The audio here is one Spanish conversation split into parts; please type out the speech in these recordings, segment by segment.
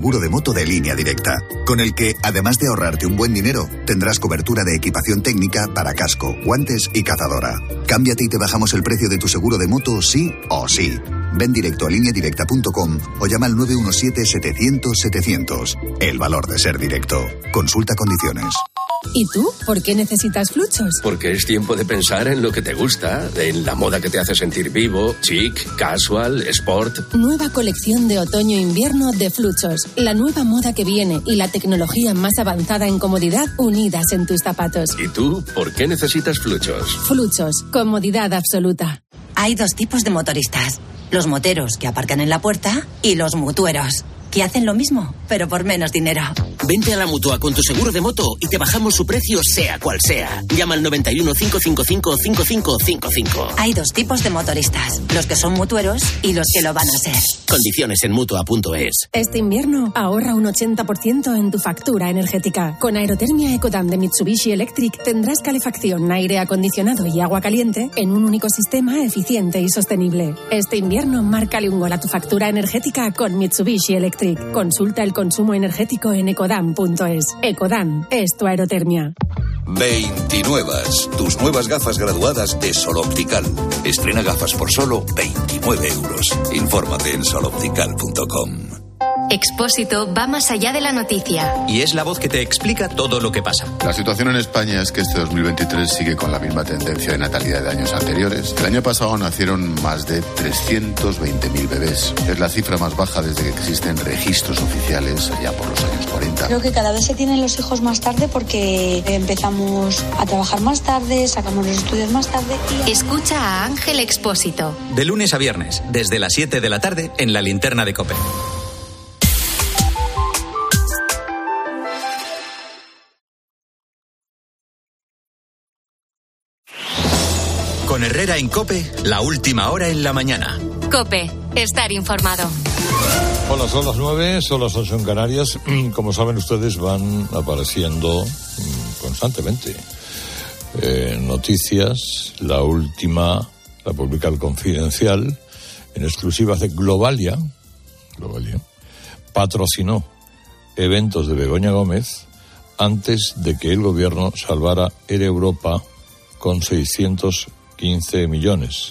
seguro de moto de Línea Directa, con el que, además de ahorrarte un buen dinero, tendrás cobertura de equipación técnica para casco, guantes y cazadora. Cámbiate y te bajamos el precio de tu seguro de moto sí o sí. Ven directo a lineadirecta.com o llama al 917-700-700. El valor de ser directo. Consulta condiciones. ¿Y tú? ¿Por qué necesitas Fluchos? Porque es tiempo de pensar en lo que te gusta, en la moda que te hace sentir vivo, chic, casual, sport. Nueva colección de otoño-invierno de Fluchos. La nueva moda que viene y la tecnología más avanzada en comodidad unidas en tus zapatos. ¿Y tú? ¿Por qué necesitas Fluchos? Fluchos. Comodidad absoluta. Hay dos tipos de motoristas. Los moteros que aparcan en la puerta y los mutueros, que hacen lo mismo, pero por menos dinero. Vente a la Mutua con tu seguro de moto y te bajamos su precio sea cual sea. Llama al 91 555 5555. Hay dos tipos de motoristas, los que son mutueros y los que lo van a ser. Condiciones en Mutua.es. Este invierno ahorra un 80% en tu factura energética. Con Aerotermia Ecodan de Mitsubishi Electric tendrás calefacción, aire acondicionado y agua caliente en un único sistema eficiente y sostenible. Este invierno márcale un gol a tu factura energética con Mitsubishi Electric. Consulta el consumo energético en ecodan.es. Ecodan es tu aerotermia. 29. Tus nuevas gafas graduadas de Sol Optical. Estrena gafas por solo 29 euros. Infórmate en soloptical.com. Expósito va más allá de la noticia. Y es la voz que te explica todo lo que pasa. La situación en España es que este 2023 sigue con la misma tendencia de natalidad de años anteriores. El año pasado nacieron más de 320.000 bebés. Es la cifra más baja desde que existen registros oficiales allá por los años 40. Creo que cada vez se tienen los hijos más tarde porque empezamos a trabajar más tarde, sacamos los estudios más tarde. Escucha a Ángel Expósito. De lunes a viernes, desde las 7 de la tarde, en la Linterna de COPE. Con Herrera en COPE, la última hora en la mañana. COPE, estar informado. Hola, son las 9, son las 8 en Canarias. Como saben ustedes, van apareciendo constantemente noticias. La última la publica El Confidencial, en exclusiva de Globalia. Patrocinó eventos de Begoña Gómez antes de que el gobierno salvara Air Europa con 615 millones.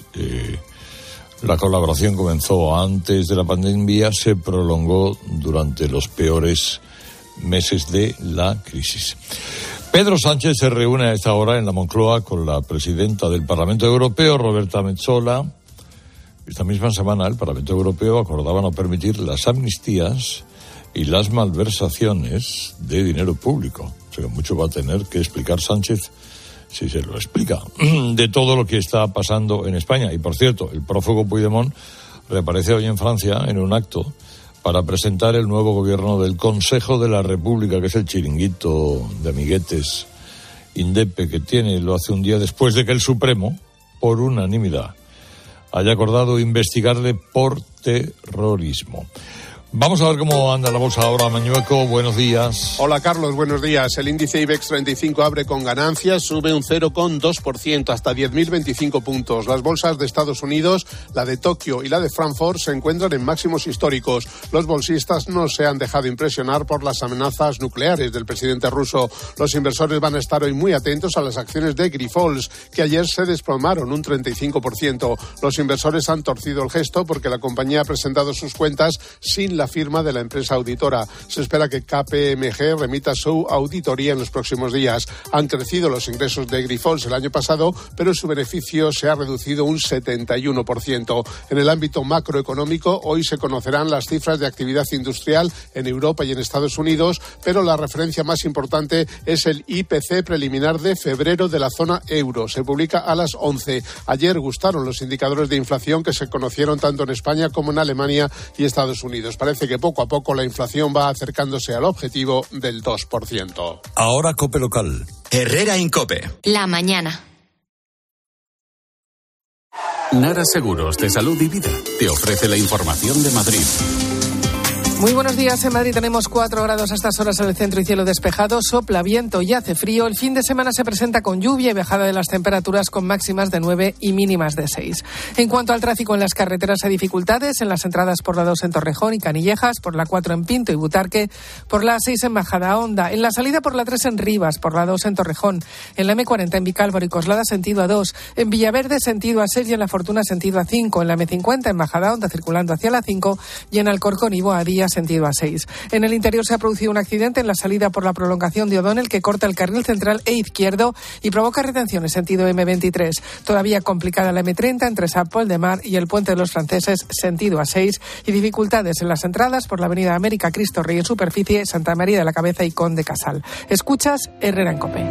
La colaboración comenzó antes de la pandemia, se prolongó durante los peores meses de la crisis. Pedro Sánchez se reúne a esta hora en la Moncloa con la presidenta del Parlamento Europeo, Roberta Metsola. Esta misma semana el Parlamento Europeo acordaba no permitir las amnistías y las malversaciones de dinero público. O sea, mucho va a tener que explicar Sánchez, si se lo explica, de todo lo que está pasando en España. Y por cierto, el prófugo Puigdemont reaparece hoy en Francia en un acto para presentar el nuevo gobierno del Consejo de la República, que es el chiringuito de amiguetes indepe que tiene. Lo hace un día después de que el Supremo, por unanimidad, haya acordado investigarle por terrorismo. Vamos a ver cómo anda la bolsa ahora, Mañueco. Buenos días. Hola, Carlos. Buenos días. El índice IBEX 35 abre con ganancias, sube un 0,2% hasta 10.025 puntos. Las bolsas de Estados Unidos, la de Tokio y la de Frankfurt, se encuentran en máximos históricos. Los bolsistas no se han dejado impresionar por las amenazas nucleares del presidente ruso. Los inversores van a estar hoy muy atentos a las acciones de Grifols, que ayer se desplomaron un 35%. Los inversores han torcido el gesto porque la compañía ha presentado sus cuentas sin la firma de la empresa auditora. Se espera que KPMG remita su auditoría en los próximos días. Han crecido los ingresos de Grifols el año pasado, pero su beneficio se ha reducido un 71%. En el ámbito macroeconómico, hoy se conocerán las cifras de actividad industrial en Europa y en Estados Unidos, pero la referencia más importante es el IPC preliminar de febrero de la zona euro. Se publica a las 11. Ayer gustaron los indicadores de inflación que se conocieron tanto en España como en Alemania y Estados Unidos. Parece que poco a poco la inflación va acercándose al objetivo del 2%. Ahora COPE local. Herrera en COPE. La mañana. Nara Seguros de Salud y Vida te ofrece la información de Madrid. Muy buenos días. En Madrid tenemos 4 grados a estas horas en el centro y cielo despejado. Sopla viento y hace frío. El fin de semana se presenta con lluvia y bajada de las temperaturas con máximas de 9 y mínimas de 6. En cuanto al tráfico en las carreteras, hay dificultades en las entradas por la 2 en Torrejón y Canillejas, por la 4 en Pinto y Butarque, por la 6 en Majadahonda, en la salida por la 3 en Rivas, por la 2 en Torrejón, en la M40 en Vicálvaro y Coslada sentido A2, en Villaverde sentido A6 y en La Fortuna sentido A5, en la M50 en Majadahonda circulando hacia la 5 y en Alcorcón y Boadilla sentido A6. En el interior se ha producido un accidente en la salida por la prolongación de O'Donnell que corta el carril central e izquierdo y provoca retenciones sentido M23. Todavía complicada la M30 entre San Pol de Mar y el Puente de los Franceses sentido A6 y dificultades en las entradas por la avenida América, Cristo Rey en superficie, Santa María de la Cabeza y Conde Casal. Escuchas Herrera en COPE.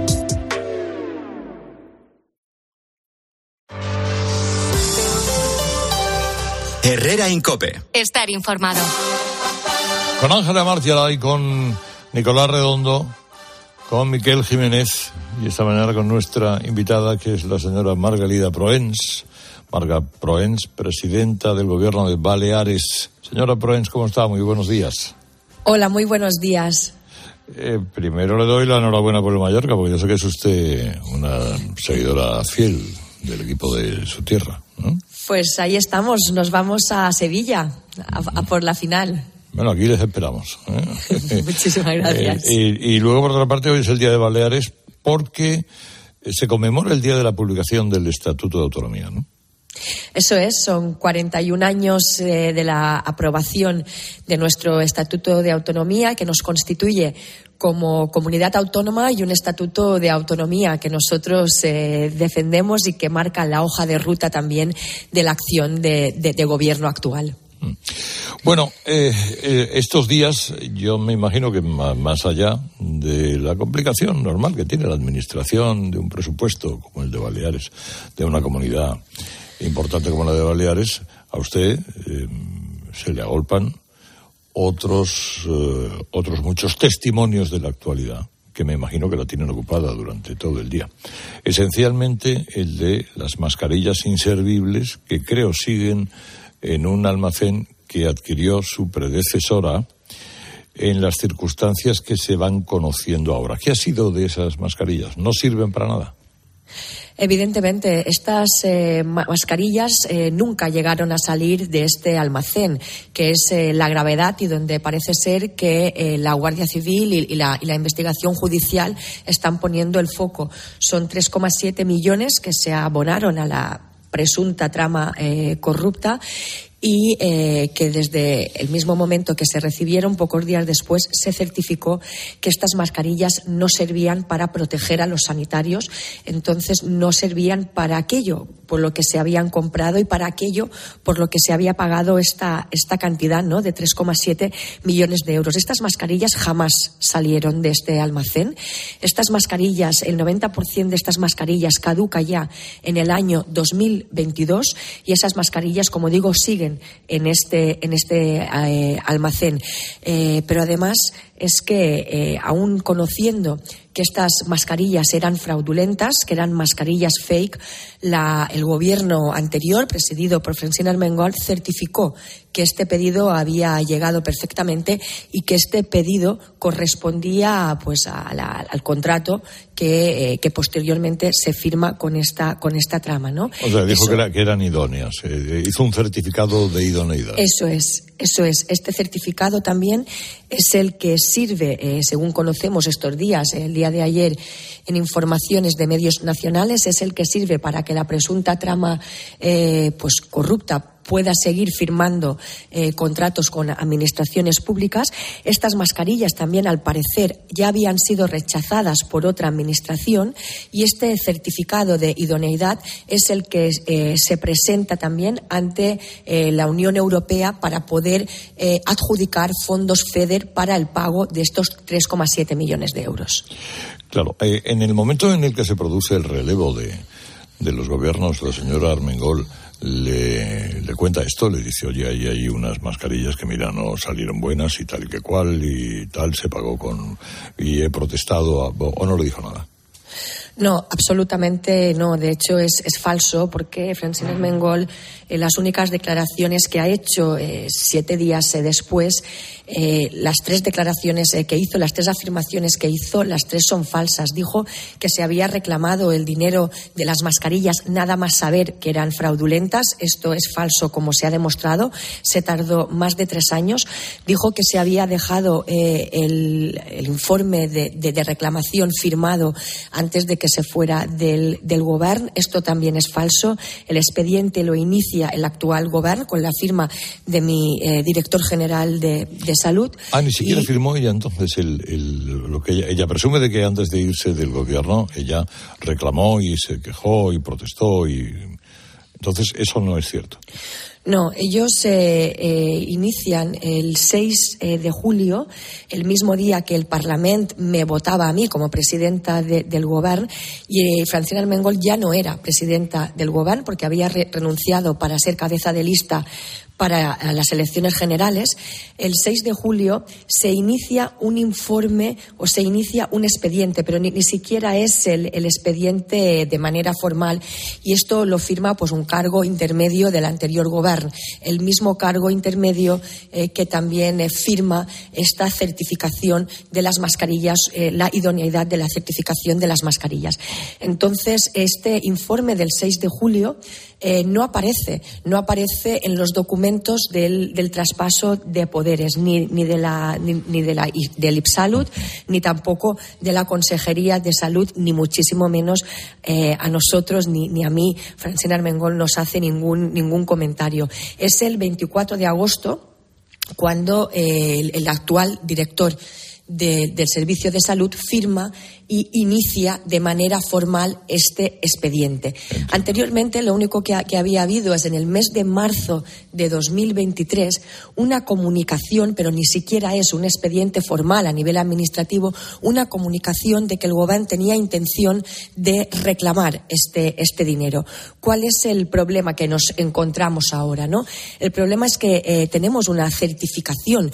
Herrera en COPE. Estar informado. Con Ángela Marcial y con Nicolás Redondo, con Miquel Jiménez y esta mañana con nuestra invitada que es la señora Margalida Proens. Marga Proens, presidenta del Gobierno de Baleares. Señora Proens, ¿cómo está? Muy buenos días. Hola, muy buenos días. Primero le doy la enhorabuena por el Mallorca, porque yo sé que es usted una seguidora fiel del equipo de su tierra, ¿no? Pues ahí estamos, nos vamos a Sevilla, a por la final. Bueno, aquí les esperamos. Muchísimas gracias. Y luego, por otra parte, hoy es el Día de Baleares porque se conmemora el día de la publicación del Estatuto de Autonomía, ¿no? Eso es, son 41 años de la aprobación de nuestro Estatuto de Autonomía que nos constituye como comunidad autónoma y un estatuto de autonomía que nosotros defendemos y que marca la hoja de ruta también de la acción de gobierno actual. Bueno, estos días yo me imagino que más allá de la complicación normal que tiene la administración de un presupuesto como el de Baleares, de una comunidad importante como la de Baleares, a usted se le agolpan otros muchos testimonios de la actualidad que me imagino que la tienen ocupada durante todo el día. Esencialmente el de las mascarillas inservibles que creo siguen en un almacén que adquirió su predecesora en las circunstancias que se van conociendo ahora. ¿Qué ha sido de esas mascarillas? ¿No sirven para nada? Evidentemente, estas mascarillas nunca llegaron a salir de este almacén, que es la gravedad y donde parece ser que la Guardia Civil y la investigación judicial están poniendo el foco. Son 3,7 millones que se abonaron a la presunta trama corrupta y que desde el mismo momento que se recibieron, pocos días después, se certificó que estas mascarillas no servían para proteger a los sanitarios, entonces no servían para aquello por lo que se habían comprado y para aquello por lo que se había pagado esta cantidad, ¿no?, de 3,7 millones de euros. Estas mascarillas jamás salieron de este almacén. Estas mascarillas, el 90% de estas mascarillas caduca ya en el año 2022 y esas mascarillas, como digo, siguen en este almacén. Pero además es que aún conociendo que estas mascarillas eran fraudulentas, que eran mascarillas fake, el gobierno anterior, presidido por Francina Armengol, certificó que este pedido había llegado perfectamente y que este pedido correspondía pues al contrato que posteriormente se firma con esta trama, ¿no? O sea, dijo que eran idóneas, hizo un certificado de idoneidad. Eso es. Este certificado también es el que sirve, según conocemos estos días, el día de ayer, en informaciones de medios nacionales, es el que sirve para que la presunta trama pues corrupta pueda seguir firmando contratos con administraciones públicas. Estas mascarillas también, al parecer, ya habían sido rechazadas por otra administración y este certificado de idoneidad es el que se presenta también ante la Unión Europea para poder adjudicar fondos FEDER para el pago de estos 3,7 millones de euros. Claro, en el momento en el que se produce el relevo de los gobiernos, la señora Armengol le cuenta esto, le dice, oye, ahí hay unas mascarillas que mira, no salieron buenas y tal y que cual y tal, se pagó y he protestado, o no le dijo nada. No, absolutamente no. De hecho, es falso porque Francine Armengol, las únicas declaraciones que ha hecho 7 días después, las 3 declaraciones que hizo, las 3 afirmaciones que hizo, las 3 son falsas. Dijo que se había reclamado el dinero de las mascarillas nada más saber que eran fraudulentas. Esto es falso, como se ha demostrado. Se tardó más de 3 años. Dijo que se había dejado el informe de reclamación firmado antes de que se fuera del Govern. Esto también es falso. El expediente lo inicia el actual Govern con la firma de mi director general de Salud. Ni siquiera firmó ella entonces lo que ella presume de que antes de irse del gobierno ella reclamó y se quejó y protestó y entonces eso no es cierto. No, ellos inician el 6 de julio, el mismo día que el Parlament me votaba a mí como presidenta del Govern, y Francine Armengol ya no era presidenta del Govern porque había renunciado para ser cabeza de lista para las elecciones generales. El 6 de julio se inicia un informe o se inicia un expediente, pero ni siquiera es el expediente de manera formal, y esto lo firma pues un cargo intermedio del anterior Govern, el mismo cargo intermedio que también firma esta certificación de las mascarillas, la idoneidad de la certificación de las mascarillas. Entonces, este informe del 6 de julio no aparece en los documentos del traspaso de poderes, ni del IPSalud, ni tampoco de la Consejería de Salud, ni muchísimo menos a nosotros, ni a mí, Francine Armengol, nos hace ningún comentario. Es el 24 de agosto cuando el actual director del Servicio de Salud firma y inicia de manera formal este expediente. Anteriormente, lo único que había habido es en el mes de marzo de 2023 una comunicación, pero ni siquiera es un expediente formal a nivel administrativo, una comunicación de que el Govern tenía intención de reclamar este dinero. ¿Cuál es el problema que nos encontramos ahora, no? El problema es que tenemos una certificación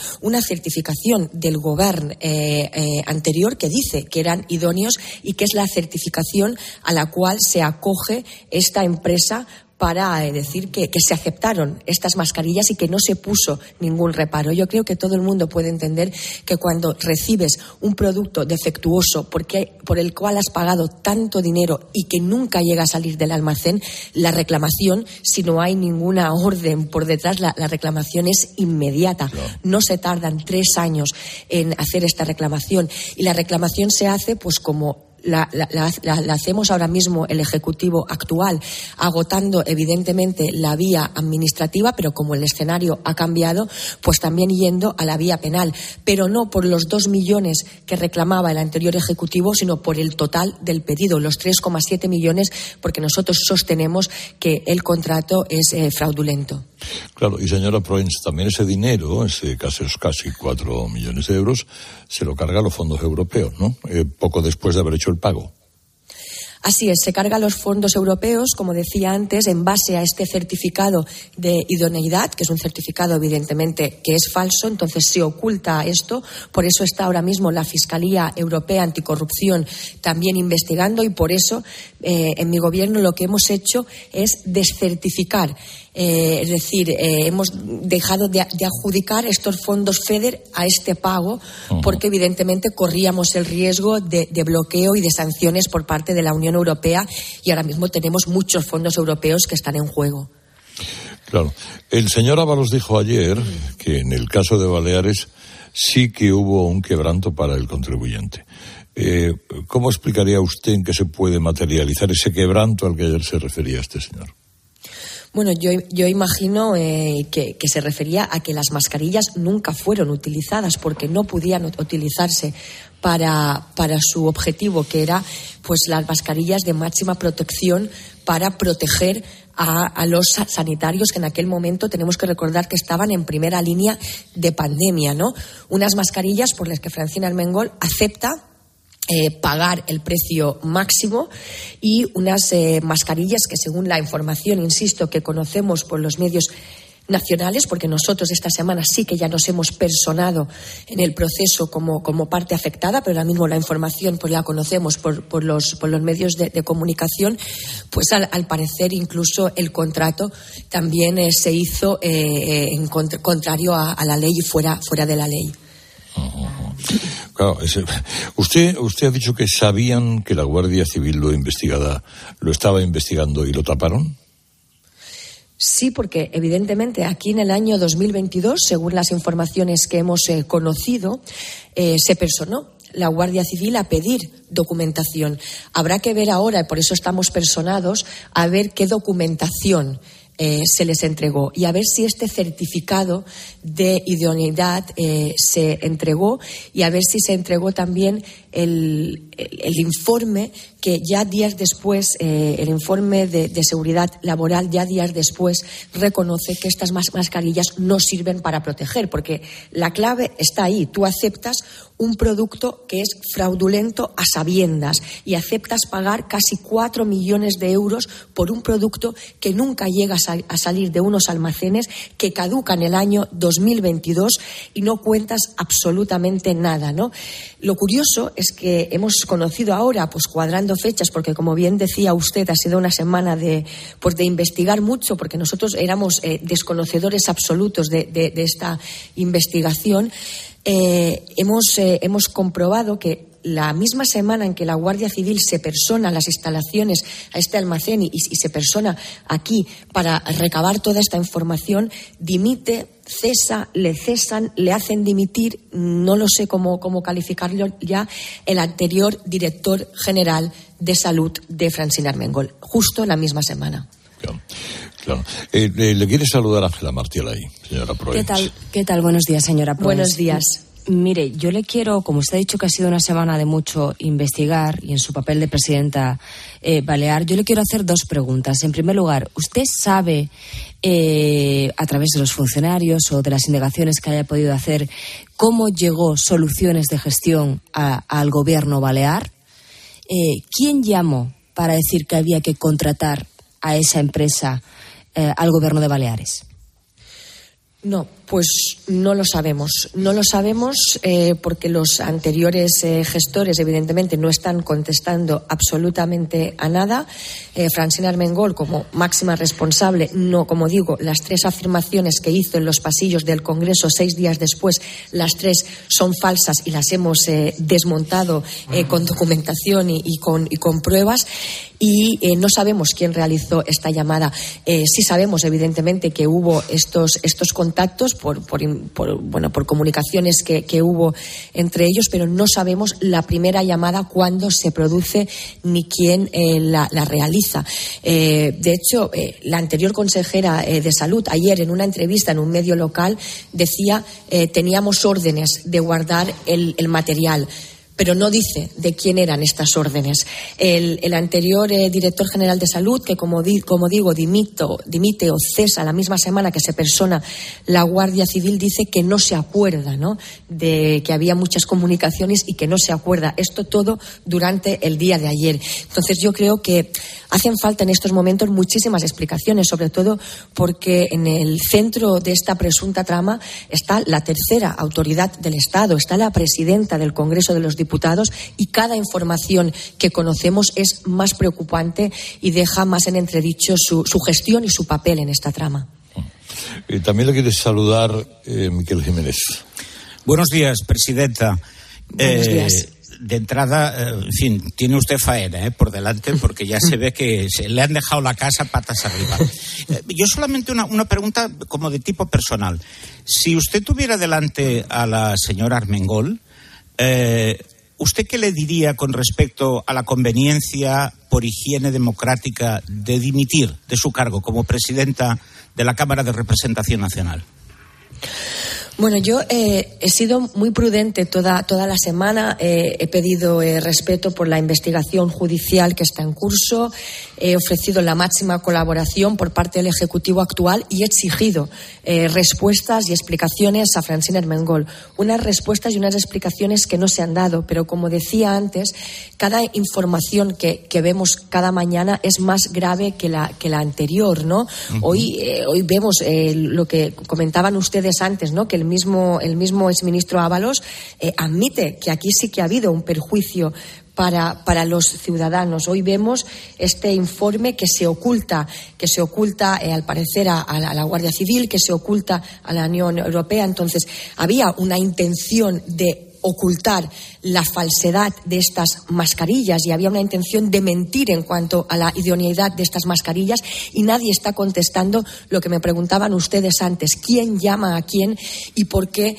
del Govern anterior que dice que eran idóneos y que es la certificación a la cual se acoge esta empresa para decir que se aceptaron estas mascarillas y que no se puso ningún reparo. Yo creo que todo el mundo puede entender que cuando recibes un producto defectuoso por el cual has pagado tanto dinero y que nunca llega a salir del almacén, la reclamación, si no hay ninguna orden por detrás, la reclamación es inmediata. No se tardan 3 años en hacer esta reclamación, y la reclamación se hace pues como la hacemos ahora mismo el Ejecutivo actual, agotando evidentemente la vía administrativa, pero como el escenario ha cambiado, pues también yendo a la vía penal, pero no por los 2 millones que reclamaba el anterior Ejecutivo, sino por el total del pedido, los 3,7 millones, porque nosotros sostenemos que el contrato es fraudulento. Claro, y señora Proens, también ese dinero, casi 4 millones de euros, se lo carga a los fondos europeos, ¿no? Poco después de haber hecho el pago. Así es, se carga los fondos europeos, como decía antes, en base a este certificado de idoneidad, que es un certificado evidentemente que es falso, entonces se oculta esto, por eso está ahora mismo la Fiscalía Europea Anticorrupción también investigando, y por eso en mi gobierno lo que hemos hecho es descertificar. Es decir, hemos dejado de adjudicar estos fondos FEDER a este pago, porque evidentemente corríamos el riesgo de bloqueo y de sanciones por parte de la Unión Europea, y ahora mismo tenemos muchos fondos europeos que están en juego. Claro. El señor Ábalos dijo ayer que en el caso de Baleares sí que hubo un quebranto para el contribuyente. ¿Cómo explicaría usted en qué se puede materializar ese quebranto al que ayer se refería este señor? Bueno, yo imagino que se refería a que las mascarillas nunca fueron utilizadas porque no podían utilizarse para su objetivo, que era pues las mascarillas de máxima protección para proteger a los sanitarios que en aquel momento tenemos que recordar que estaban en primera línea de pandemia, ¿no? Unas mascarillas por las que Francine Armengol acepta pagar el precio máximo, y unas mascarillas que, según la información, insisto, que conocemos por los medios nacionales, porque nosotros esta semana sí que ya nos hemos personado en el proceso como parte afectada, pero ahora mismo la información pues la conocemos por los medios de comunicación. Pues al parecer incluso el contrato también se hizo contrario a la ley y fuera de la ley. Claro, usted ha dicho que sabían que la Guardia Civil lo estaba investigando y lo taparon. Sí, porque evidentemente aquí en el año 2022, según las informaciones que hemos conocido, se personó la Guardia Civil a pedir documentación. Habrá que ver ahora, y por eso estamos personados, a ver qué documentación se les entregó y a ver si este certificado de idoneidad se entregó y a ver si se entregó también el informe que ya días después, el informe de seguridad laboral ya días después reconoce que estas mascarillas no sirven para proteger, porque la clave está ahí. Tú aceptas un producto que es fraudulento a sabiendas y aceptas pagar casi 4 millones de euros por un producto que nunca llega a salir de unos almacenes, que caduca en el año 2022 y no cuentas absolutamente nada, ¿no? Lo curioso es que hemos conocido ahora, pues cuadrando fechas, porque como bien decía usted, ha sido una semana de investigar mucho, porque nosotros éramos desconocedores absolutos de esta investigación. Hemos comprobado que la misma semana en que la Guardia Civil se persona a las instalaciones, a este almacén y se persona aquí para recabar toda esta información, dimite, le cesan, le hacen dimitir, no lo sé cómo calificarlo ya, el anterior director general de salud de Francina Armengol, justo la misma semana. Claro. Le quiere saludar Ángela Martialay, señora Proens. ¿Qué tal? Buenos días, señora Proens. Buenos días. Mire, yo le quiero, como usted ha dicho que ha sido una semana de mucho investigar y en su papel de presidenta balear, yo le quiero hacer 2 preguntas. En primer lugar, ¿usted sabe, a través de los funcionarios o de las indagaciones que haya podido hacer, cómo llegó Soluciones de Gestión al gobierno balear? ¿Quién llamó para decir que había que contratar a esa empresa al gobierno de Baleares? No, pues no lo sabemos. No lo sabemos porque los anteriores gestores, evidentemente, no están contestando absolutamente a nada. Francina Armengol, como máxima responsable, no, como digo, las 3 afirmaciones que hizo en los pasillos del Congreso 6 días después, las 3 son falsas y las hemos desmontado con documentación y con pruebas. Y no sabemos quién realizó esta llamada. Sí sabemos, evidentemente, que hubo estos contactos por comunicaciones que hubo entre ellos, pero no sabemos la primera llamada, cuándo se produce ni quién la realiza. De hecho, la anterior consejera de Salud, ayer en una entrevista en un medio local, decía teníamos órdenes de guardar el material, pero no dice de quién eran estas órdenes. El anterior director general de Salud, que como digo, dimite o cesa la misma semana que se persona la Guardia Civil, dice que no se acuerda, ¿no?, de que había muchas comunicaciones y que no se acuerda. Esto todo durante el día de ayer. Entonces yo creo que hacen falta en estos momentos muchísimas explicaciones, sobre todo porque en el centro de esta presunta trama está la tercera autoridad del Estado, está la presidenta del Congreso de los Diputados, y cada información que conocemos es más preocupante y deja más en entredicho su gestión y su papel en esta trama. También le quiere saludar Miquel Jiménez. Buenos días, presidenta. Buenos días. De entrada, en fin, tiene usted faena por delante, porque ya se ve que le han dejado la casa patas arriba. Yo solamente una pregunta como de tipo personal. Si usted tuviera delante a la señora Armengol, ¿usted qué le diría con respecto a la conveniencia, por higiene democrática, de dimitir de su cargo como presidenta de la Cámara de Representación Nacional? Bueno, yo he sido muy prudente toda la semana. He pedido respeto por la investigación judicial que está en curso. He ofrecido la máxima colaboración por parte del Ejecutivo actual y he exigido respuestas y explicaciones a Francine Armengol. Unas respuestas y unas explicaciones que no se han dado, pero como decía antes, cada información que vemos cada mañana es más grave que la anterior, ¿no? Hoy vemos lo que comentaban ustedes antes, ¿no? Que el mismo exministro Ábalos admite que aquí sí que ha habido un perjuicio para los ciudadanos. Hoy vemos este informe que se oculta al parecer a la Guardia Civil, que se oculta a la Unión Europea. Entonces, había una intención de ocultar la falsedad de estas mascarillas y había una intención de mentir en cuanto a la idoneidad de estas mascarillas y nadie está contestando lo que me preguntaban ustedes antes: quién llama a quién y por qué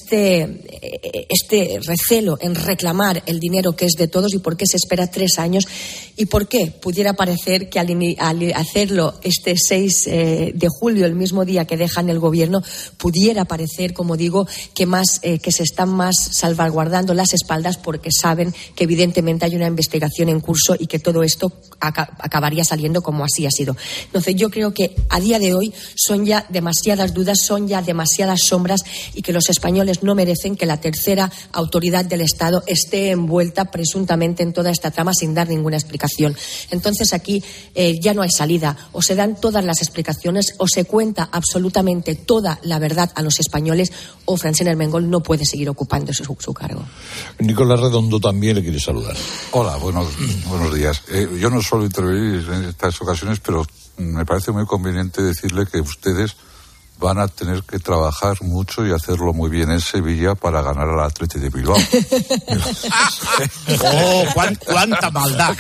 este recelo en reclamar el dinero que es de todos y por qué se espera 3 años y por qué pudiera parecer que al hacerlo este 6 de julio, el mismo día que dejan el gobierno, pudiera parecer, como digo, que se están más salvaguardando las espaldas porque saben que evidentemente hay una investigación en curso y que todo esto acabaría saliendo como así ha sido. Entonces yo creo que a día de hoy son ya demasiadas dudas, son ya demasiadas sombras y que los españoles no merecen que la tercera autoridad del Estado esté envuelta presuntamente en toda esta trama sin dar ninguna explicación. Entonces aquí ya no hay salida, o se dan todas las explicaciones o se cuenta absolutamente toda la verdad a los españoles o Francine Armengol no puede seguir ocupando su cargo. Nicolás Redondo también le quiere saludar. Hola, buenos días. Yo no suelo intervenir en estas ocasiones, pero me parece muy conveniente decirle que ustedes van a tener que trabajar mucho y hacerlo muy bien en Sevilla para ganar al Athletic de Bilbao. ¡Cuánta maldad!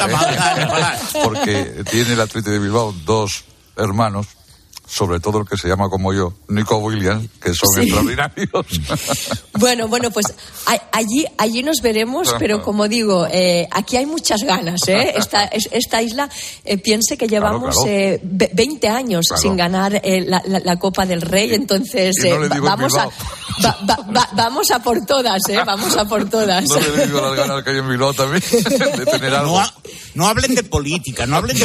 Porque tiene el Athletic de Bilbao 2 hermanos, sobre todo el que se llama como yo, Nico Williams, que son extraordinarios. Bueno, pues allí nos veremos, pero como digo, aquí hay muchas ganas, ¿eh? Esta isla, piense que llevamos 20 años sin ganar la Copa del Rey, entonces vamos a por todas, ¿eh? Vamos a por todas. No le digo las ganas que hay en Bilbao también, de tener algo. No hablen de política.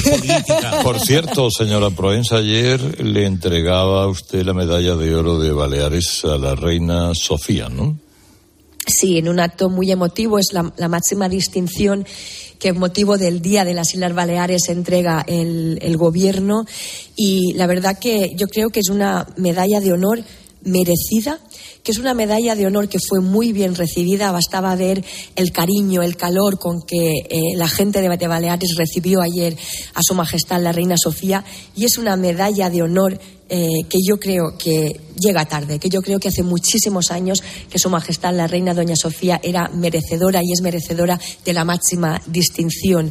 Por cierto, señora Proença, ayer le entregaba a usted la medalla de oro de Baleares a la reina Sofía, ¿no? Sí, en un acto muy emotivo, es la máxima distinción que en motivo del Día de las Islas Baleares entrega el gobierno y la verdad que yo creo que es una medalla de honor merecida, que es una medalla de honor que fue muy bien recibida. Bastaba ver el cariño, el calor con que la gente de Baleares recibió ayer a Su Majestad la Reina Sofía, y es una medalla de honor que yo creo que llega tarde, que yo creo que hace muchísimos años que Su Majestad la Reina Doña Sofía era merecedora y es merecedora de la máxima distinción.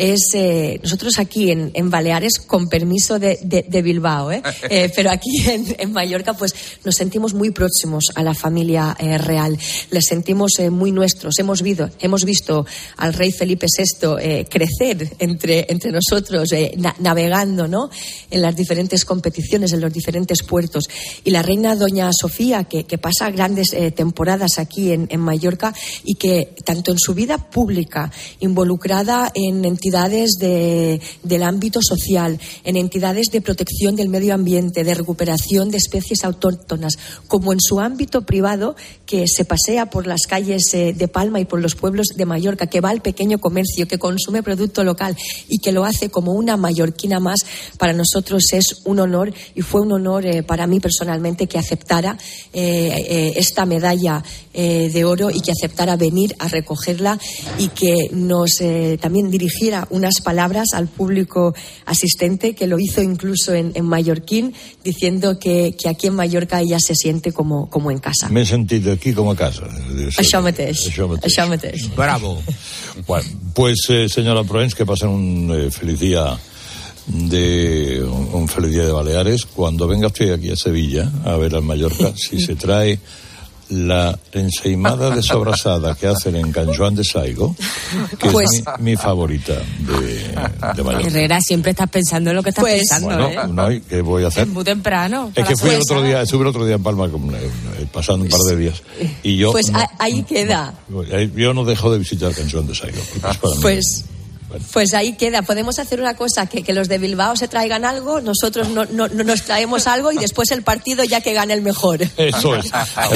Nosotros aquí en Baleares, con permiso de Bilbao, pero aquí en Mallorca pues nos sentimos muy próximos a la familia real, les sentimos muy nuestros. Hemos visto al rey Felipe VI crecer entre nosotros, navegando, ¿no?, en las diferentes competiciones, en los diferentes puertos, y la reina Doña Sofía que pasa grandes temporadas aquí en Mallorca y que tanto en su vida pública, involucrada en entidades del ámbito social, en entidades de protección del medio ambiente, de recuperación de especies autóctonas, como en su ámbito privado, que se pasea por las calles de Palma y por los pueblos de Mallorca, que va al pequeño comercio, que consume producto local y que lo hace como una mallorquina más, para nosotros es un honor, y fue un honor para mí personalmente que aceptara esta medalla de oro y que aceptara venir a recogerla y que nos también dirigiera unas palabras al público asistente, que lo hizo incluso en mallorquín, diciendo que aquí en Mallorca ella se siente como en casa. Me he sentido aquí como a casa. Això mateix. Bravo. Bueno, pues señora Proença, que pasen un feliz día de Baleares. Cuando venga usted aquí a Sevilla a ver al Mallorca, si se trae la ensaimada de sobrasada que hacen en Can Joan de Saigo, que Pues- es mi favorita de Mallorca. Herrera, siempre estás pensando en lo que estás pensando, Bueno, no, ¿y qué voy a hacer? Es muy temprano. Es que para estuve el otro día en Palma, pasando un par de días, y yo Pues ahí queda. yo no dejo de visitar Can Joan de Saigo, porque es para mí. Pues ahí queda. Podemos hacer una cosa, que los de Bilbao se traigan algo, nosotros no nos traemos algo y después el partido ya que gane el mejor. Eso es.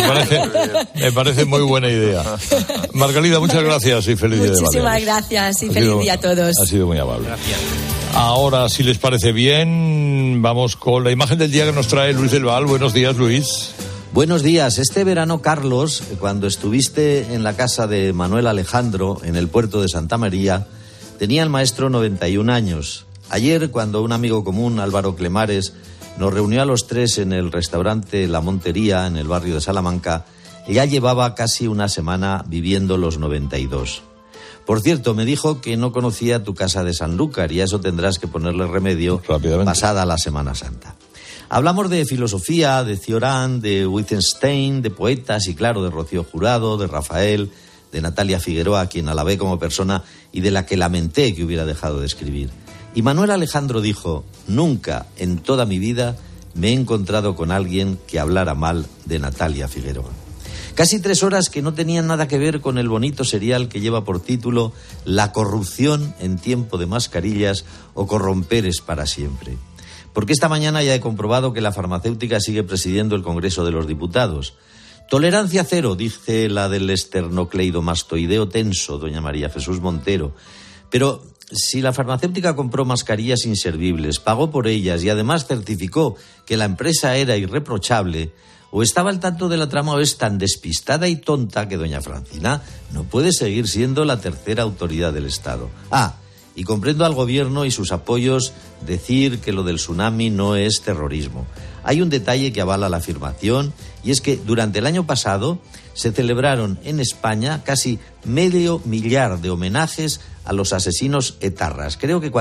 Me parece muy buena idea. Margalida, muchas gracias y feliz día de Muchísimas Baleares. gracias y feliz día a todos. Ha sido muy amable. Ahora, si les parece bien, vamos con la imagen del día que nos trae Luis del Val. Buenos días, Luis. Buenos días. Este verano, Carlos, cuando estuviste en la casa de Manuel Alejandro, en el puerto de Santa María, tenía el maestro 91 años. Ayer, cuando un amigo común, Álvaro Clemares, nos reunió a los tres en el restaurante La Montería, en el barrio de Salamanca, ya llevaba casi una semana viviendo los 92. Por cierto, me dijo que no conocía tu casa de Sanlúcar y a eso tendrás que ponerle remedio pasada la Semana Santa. Hablamos de filosofía, de Cioran, de Wittgenstein, de poetas y, claro, de Rocío Jurado, de Rafael, de Natalia Figueroa, a quien alabé como persona y de la que lamenté que hubiera dejado de escribir. Y Manuel Alejandro dijo: nunca en toda mi vida me he encontrado con alguien que hablara mal de Natalia Figueroa. Casi 3 horas que no tenían nada que ver con el bonito serial que lleva por título La corrupción en tiempo de mascarillas o Corromper es para siempre. Porque esta mañana ya he comprobado que la farmacéutica sigue presidiendo el Congreso de los Diputados. Tolerancia cero, dice la del esternocleidomastoideo tenso, doña María Jesús Montero. Pero si la farmacéutica compró mascarillas inservibles, pagó por ellas y además certificó que la empresa era irreprochable, o estaba al tanto de la trama o es tan despistada y tonta que doña Francina no puede seguir siendo la tercera autoridad del Estado. Y comprendo al gobierno y sus apoyos decir que lo del tsunami no es terrorismo. Hay un detalle que avala la afirmación, y es que durante el año pasado se celebraron en España casi 500 000 de homenajes a los asesinos etarras, creo que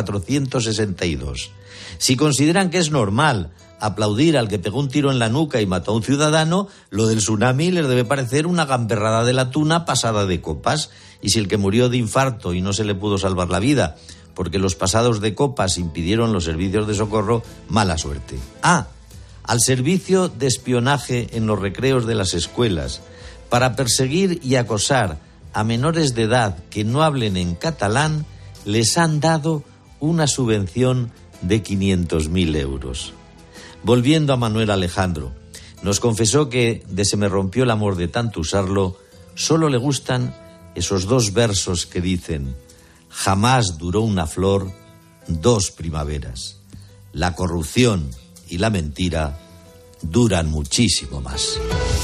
462. Si consideran que es normal aplaudir al que pegó un tiro en la nuca y mató a un ciudadano, lo del tsunami les debe parecer una gamberrada de la tuna pasada de copas. Y si el que murió de infarto y no se le pudo salvar la vida porque los pasados de copas impidieron los servicios de socorro, mala suerte. Al servicio de espionaje en los recreos de las escuelas para perseguir y acosar a menores de edad que no hablen en catalán, les han dado una subvención de 500.000 euros. Volviendo a Manuel Alejandro, nos confesó que de Se me rompió el amor de tanto usarlo, solo le gustan esos 2 versos que dicen: jamás duró una flor 2 primaveras. La corrupción y la mentira duran muchísimo más.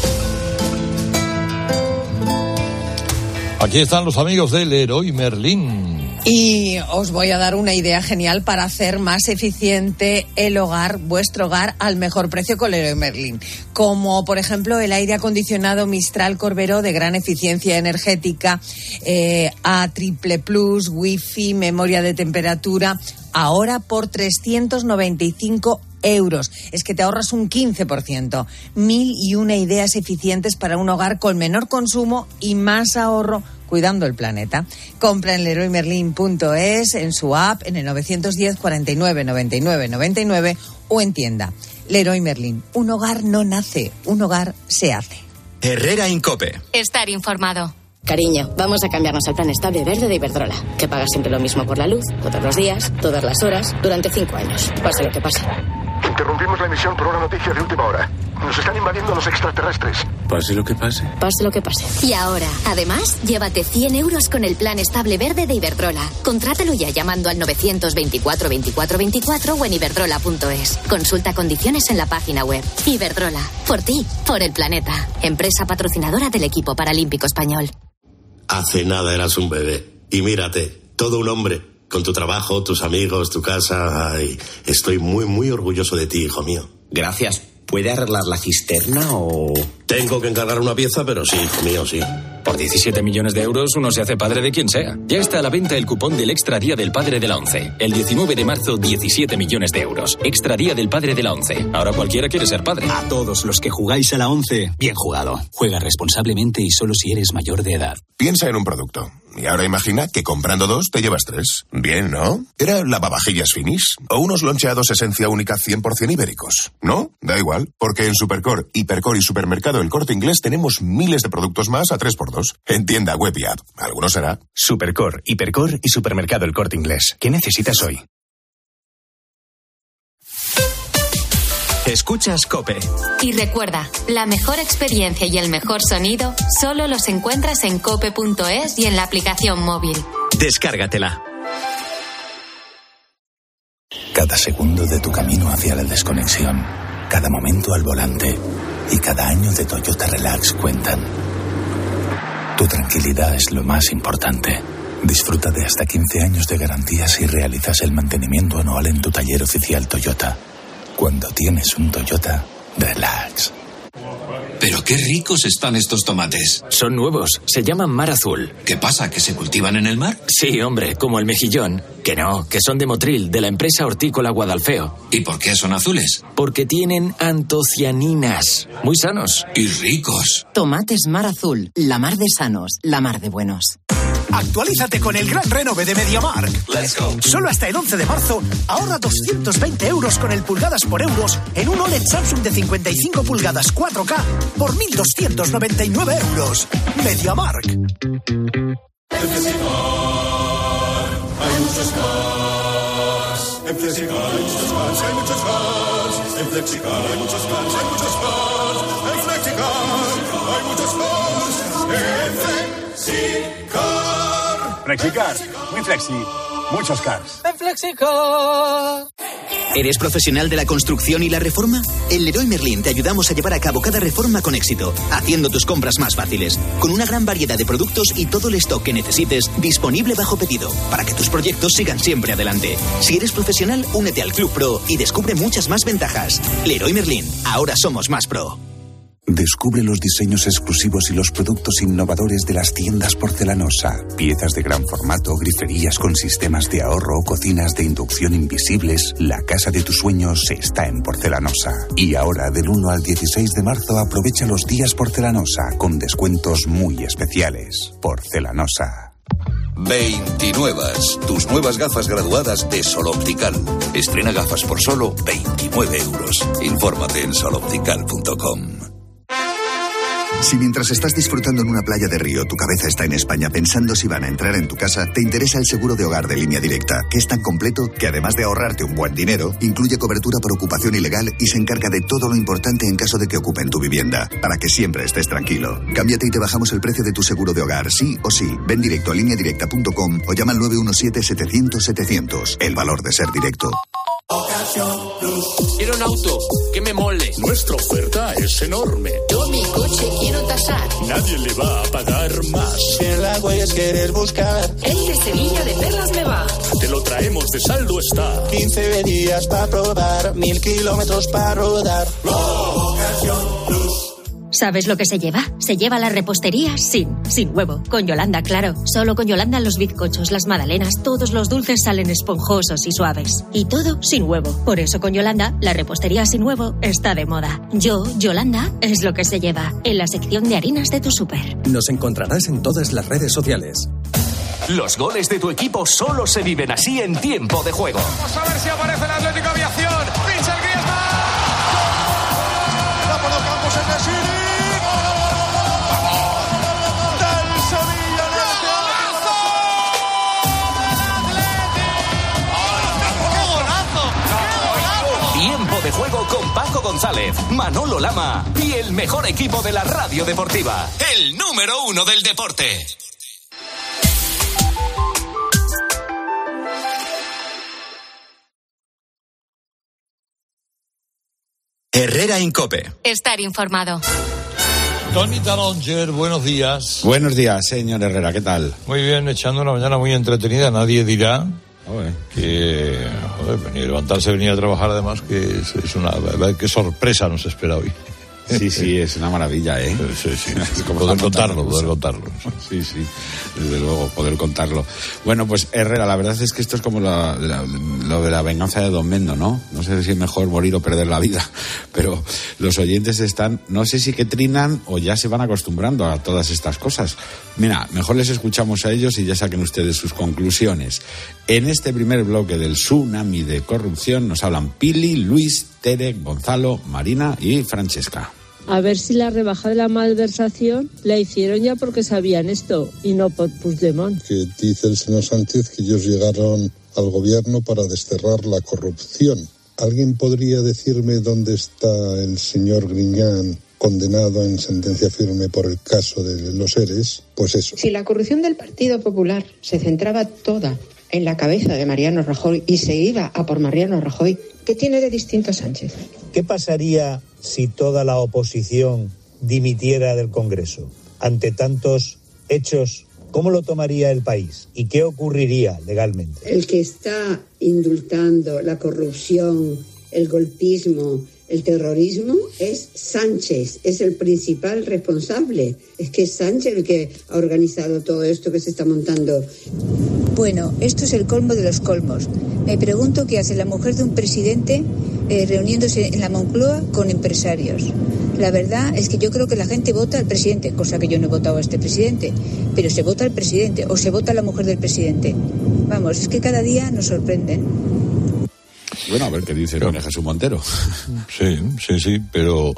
Aquí están los amigos del Leroy Merlin. Y os voy a dar una idea genial para hacer más eficiente el hogar, vuestro hogar, al mejor precio con Leroy Merlin. Como, por ejemplo, el aire acondicionado Mistral Corberó de gran eficiencia energética, A++, Wi-Fi, memoria de temperatura, ahora por 395 euros. Es que te ahorras un 15%. 1001 ideas eficientes para un hogar con menor consumo y más ahorro, cuidando el planeta. Compra en leroymerlin.es, en su app, en el 910 49 99 99 o en tienda. Leroy Merlin. Un hogar no nace, un hogar se hace. Herrera Incope. Estar informado. Cariño, vamos a cambiarnos al plan estable verde de Iberdrola, que paga siempre lo mismo por la luz, todos los días, todas las horas, durante 5 años, pase lo que pase. Interrumpimos la emisión por una noticia de última hora. Nos están invadiendo los extraterrestres. Pase lo que pase. Pase lo que pase. Y ahora, además, llévate 100 euros con el plan estable verde de Iberdrola. Contrátalo ya llamando al 924 24 24 o en iberdrola.es. Consulta condiciones en la página web. Iberdrola. Por ti, por el planeta. Empresa patrocinadora del equipo paralímpico español. Hace nada eras un bebé. Y mírate, todo un hombre. Con tu trabajo, tus amigos, tu casa. Ay, estoy muy, muy orgulloso de ti, hijo mío. Gracias. ¿Puede arreglar la cisterna o...? Tengo que encargar una pieza, pero sí, hijo mío, sí. Por 17 millones de euros uno se hace padre de quien sea. Ya está a la venta el cupón del Extra Día del Padre de la ONCE. El 19 de marzo, 17 millones de euros. Extra Día del Padre de la ONCE. Ahora cualquiera quiere ser padre. A todos los que jugáis a la ONCE, bien jugado. Juega responsablemente y solo si eres mayor de edad. Piensa en un producto. Y ahora imagina que comprando 2 te llevas 3. Bien, ¿no? Era lavavajillas Finish o unos loncheados esencia única 100% ibéricos. ¿No? Da igual, porque en Supercore, Hipercore y Supermercado El Corte Inglés tenemos miles de productos más a 3x2. En tienda, web y app. Alguno será. Supercore, Hipercore y Supermercado El Corte Inglés. ¿Qué necesitas hoy? Escuchas COPE. Y recuerda, la mejor experiencia y el mejor sonido solo los encuentras en cope.es y en la aplicación móvil. Descárgatela. Cada segundo de tu camino hacia la desconexión, cada momento al volante y cada año de Toyota Relax cuentan. Tu tranquilidad es lo más importante. Disfruta de hasta 15 años de garantía si realizas el mantenimiento anual en tu taller oficial Toyota. Cuando tienes un Toyota, relax. Pero qué ricos están estos tomates. Son nuevos, se llaman Mar Azul. ¿Qué pasa, que se cultivan en el mar? Sí, hombre, como el mejillón. Que no, que son de Motril, de la empresa hortícola Guadalfeo. ¿Y por qué son azules? Porque tienen antocianinas. Muy sanos. Y ricos. Tomates Mar Azul, la mar de sanos, la mar de buenos. Actualízate con el gran renove de MediaMarkt. Let's go. Solo hasta el 11 de marzo, ahorra 220 euros con el pulgadas por euros en un OLED Samsung de 55 pulgadas 4K por 1.299 euros. MediaMarkt. En Flexicar hay muchos cars. En Flexicar hay muchos cars, hay muchos cars. En Flexicar hay muchos cars, hay muchos cars. En Flexicar hay muchos cars. En Flexicar. Flexicar, muy flexi, muchos cars. En Flexicar. ¿Eres profesional de la construcción y la reforma? En Leroy Merlin te ayudamos a llevar a cabo cada reforma con éxito, haciendo tus compras más fáciles, con una gran variedad de productos y todo el stock que necesites disponible bajo pedido, para que tus proyectos sigan siempre adelante. Si eres profesional, únete al Club Pro y descubre muchas más ventajas. Leroy Merlin, ahora somos más pro. Descubre los diseños exclusivos y los productos innovadores de las tiendas Porcelanosa. Piezas de gran formato, griferías con sistemas de ahorro, cocinas de inducción invisibles. La casa de tus sueños está en Porcelanosa. Y ahora, del 1 al 16 de marzo, aprovecha los días Porcelanosa con descuentos muy especiales. Porcelanosa. 29. Tus nuevas gafas graduadas de Sol Optical. Estrena gafas por solo 29 euros. Infórmate en soloptical.com. Si mientras estás disfrutando en una playa de Río, tu cabeza está en España pensando si van a entrar en tu casa, te interesa el seguro de hogar de Línea Directa, que es tan completo que además de ahorrarte un buen dinero, incluye cobertura por ocupación ilegal y se encarga de todo lo importante en caso de que ocupen tu vivienda, para que siempre estés tranquilo. Cámbiate y te bajamos el precio de tu seguro de hogar, sí o sí. Ven directo a lineadirecta.com o llama al 917-700-700. El valor de ser directo. Quiero un auto que me mole. Nuestra oferta es enorme. Yo mi coche quiero tasar. Nadie le va a pagar más. Si en la huellas quieres buscar, el de Sevilla de Perlas me va. Te lo traemos de saldo está. 15 días para probar, 1000 kilómetros para rodar. ¿Sabes lo que se lleva? Se lleva la repostería sin huevo. Con Yolanda, claro. Solo con Yolanda los bizcochos, las magdalenas, todos los dulces salen esponjosos y suaves. Y todo sin huevo. Por eso con Yolanda, la repostería sin huevo está de moda. Yolanda, es lo que se lleva. En la sección de harinas de tu súper. Nos encontrarás en todas las redes sociales. Los goles de tu equipo solo se viven así en tiempo de juego. Vamos a ver si aparece el Atlético Aviación. Pincha el Griezmann. Va por los campos el Nesiri. De juego con Paco González, Manolo Lama y el mejor equipo de la radio deportiva, el número 1 del deporte. Herrera en COPE. Estar informado. Tony Talonger, buenos días. Buenos días, señor Herrera, ¿qué tal? Muy bien, echando una mañana muy entretenida, nadie dirá que levantarse, venir a trabajar, además, que es una qué sorpresa nos espera hoy. Sí, es una maravilla, ¿eh? Sí. Es como poder contarlo. Sí, desde luego, poder contarlo. Bueno, pues Herrera, la verdad es que esto es como lo de la venganza de Don Mendo, ¿no? No sé si es mejor morir o perder la vida, pero los oyentes están, no sé si que trinan o ya se van acostumbrando a todas estas cosas. Mira, mejor les escuchamos a ellos y ya saquen ustedes sus conclusiones. En este primer bloque del tsunami de corrupción nos hablan Pili, Luis, Tere, Gonzalo, Marina y Francesca. A ver si la rebaja de la malversación la hicieron ya porque sabían esto y no por Puigdemont. Que dice el señor Sánchez que ellos llegaron al gobierno para desterrar la corrupción. ¿Alguien podría decirme dónde está el señor Griñán, condenado en sentencia firme por el caso de los ERES? Pues eso. Si la corrupción del Partido Popular se centraba toda en la cabeza de Mariano Rajoy y se iba a por Mariano Rajoy, ¿qué tiene de distinto Sánchez? ¿Qué pasaría si toda la oposición dimitiera del Congreso? Ante tantos hechos, ¿cómo lo tomaría el país? ¿Y qué ocurriría legalmente? El que está indultando la corrupción, el golpismo, el terrorismo es Sánchez, es el principal responsable. Es que es Sánchez el que ha organizado todo esto que se está montando. Bueno, esto es el colmo de los colmos. Me pregunto qué hace la mujer de un presidente reuniéndose en la Moncloa con empresarios. La verdad es que yo creo que la gente vota al presidente, cosa que yo no he votado a este presidente, pero se vota al presidente o se vota a la mujer del presidente. Vamos, es que cada día nos sorprenden. Bueno, a ver qué dice María Jesús Montero. Sí, pero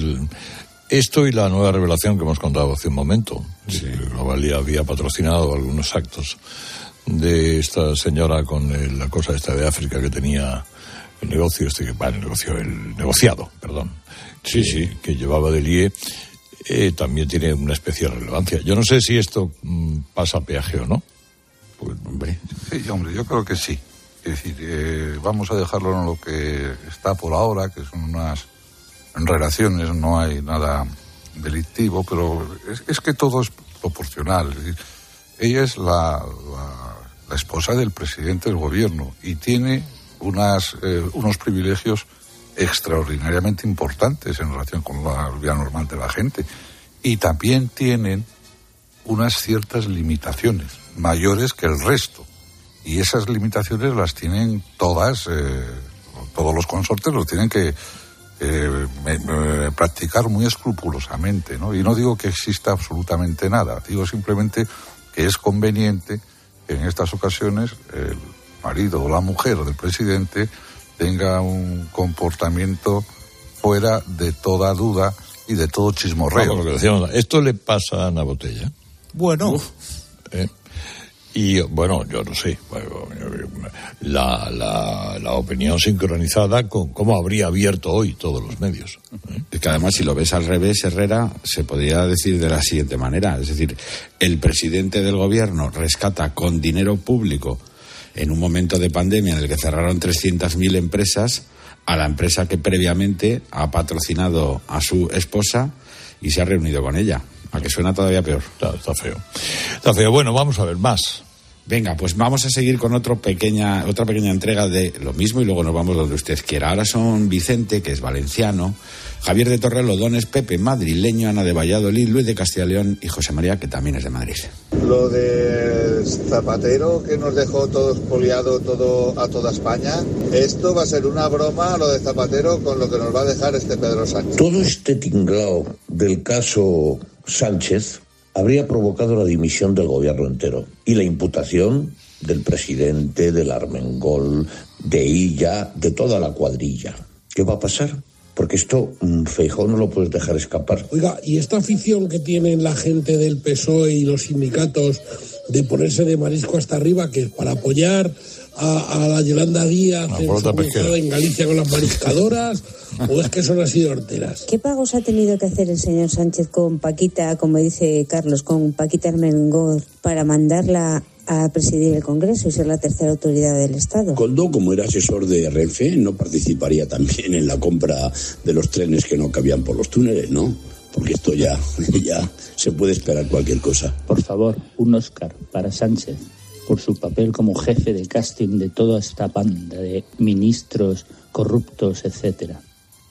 esto y la nueva revelación que hemos contado hace un momento, Globalia había patrocinado algunos actos de esta señora con la cosa esta de África que tenía el negociado, que llevaba del IE, también tiene una especial relevancia. Yo no sé si esto pasa peaje o no. Pues, sí, hombre, yo creo que sí. Es decir, vamos a dejarlo en lo que está por ahora, que son unas relaciones, no hay nada delictivo, pero es que todo es proporcional. Es decir, ella es la esposa del presidente del gobierno y tiene unos privilegios extraordinariamente importantes en relación con la vida normal de la gente. Y también tienen unas ciertas limitaciones mayores que el resto. Y esas limitaciones las tienen todos los consortes los tienen que practicar muy escrupulosamente, ¿no? Y no digo que exista absolutamente nada, digo simplemente que es conveniente que en estas ocasiones el marido o la mujer del presidente tenga un comportamiento fuera de toda duda y de todo chismorreo. Lo que decíamos, esto le pasa a Ana Botella. Bueno. Y bueno, yo no sé, la opinión sincronizada con cómo habría abierto hoy todos los medios. Es que además, si lo ves al revés, Herrera, se podría decir de la siguiente manera. Es decir, el presidente del gobierno rescata con dinero público, en un momento de pandemia en el que cerraron 300.000 empresas, a la empresa que previamente ha patrocinado a su esposa y se ha reunido con ella. A que suena todavía peor. Está feo. Está feo. Bueno, vamos a ver más. Venga, pues vamos a seguir con otra pequeña entrega de lo mismo y luego nos vamos donde usted quiera. Ahora son Vicente, que es valenciano, Javier de Torrelodones, Pepe, madrileño, Ana de Valladolid, Luis de Castilla y León y José María, que también es de Madrid. Lo de Zapatero, que nos dejó todo expoliado a toda España, esto va a ser una broma, lo de Zapatero, con lo que nos va a dejar este Pedro Sánchez. Todo este tinglao del caso Sánchez habría provocado la dimisión del gobierno entero y la imputación del presidente, del Armengol, de Illa, de toda la cuadrilla. ¿Qué va a pasar? Porque esto, Feijóo, no lo puedes dejar escapar. Oiga, ¿y esta afición que tienen la gente del PSOE y los sindicatos de ponerse de marisco hasta arriba, que es para apoyar a la Yolanda Díaz en Galicia con las mariscadoras, o es que son así de horteras? ¿Qué pagos ha tenido que hacer el señor Sánchez con Paquita, como dice Carlos, con Paquita Armengol, para mandarla a presidir el Congreso y ser la tercera autoridad del Estado? Coldo, como era asesor de Renfe, no participaría también en la compra de los trenes que no cabían por los túneles, ¿no? Porque esto ya se puede esperar cualquier cosa. Por favor, un Oscar para Sánchez por su papel como jefe de casting de toda esta banda de ministros corruptos, etcétera.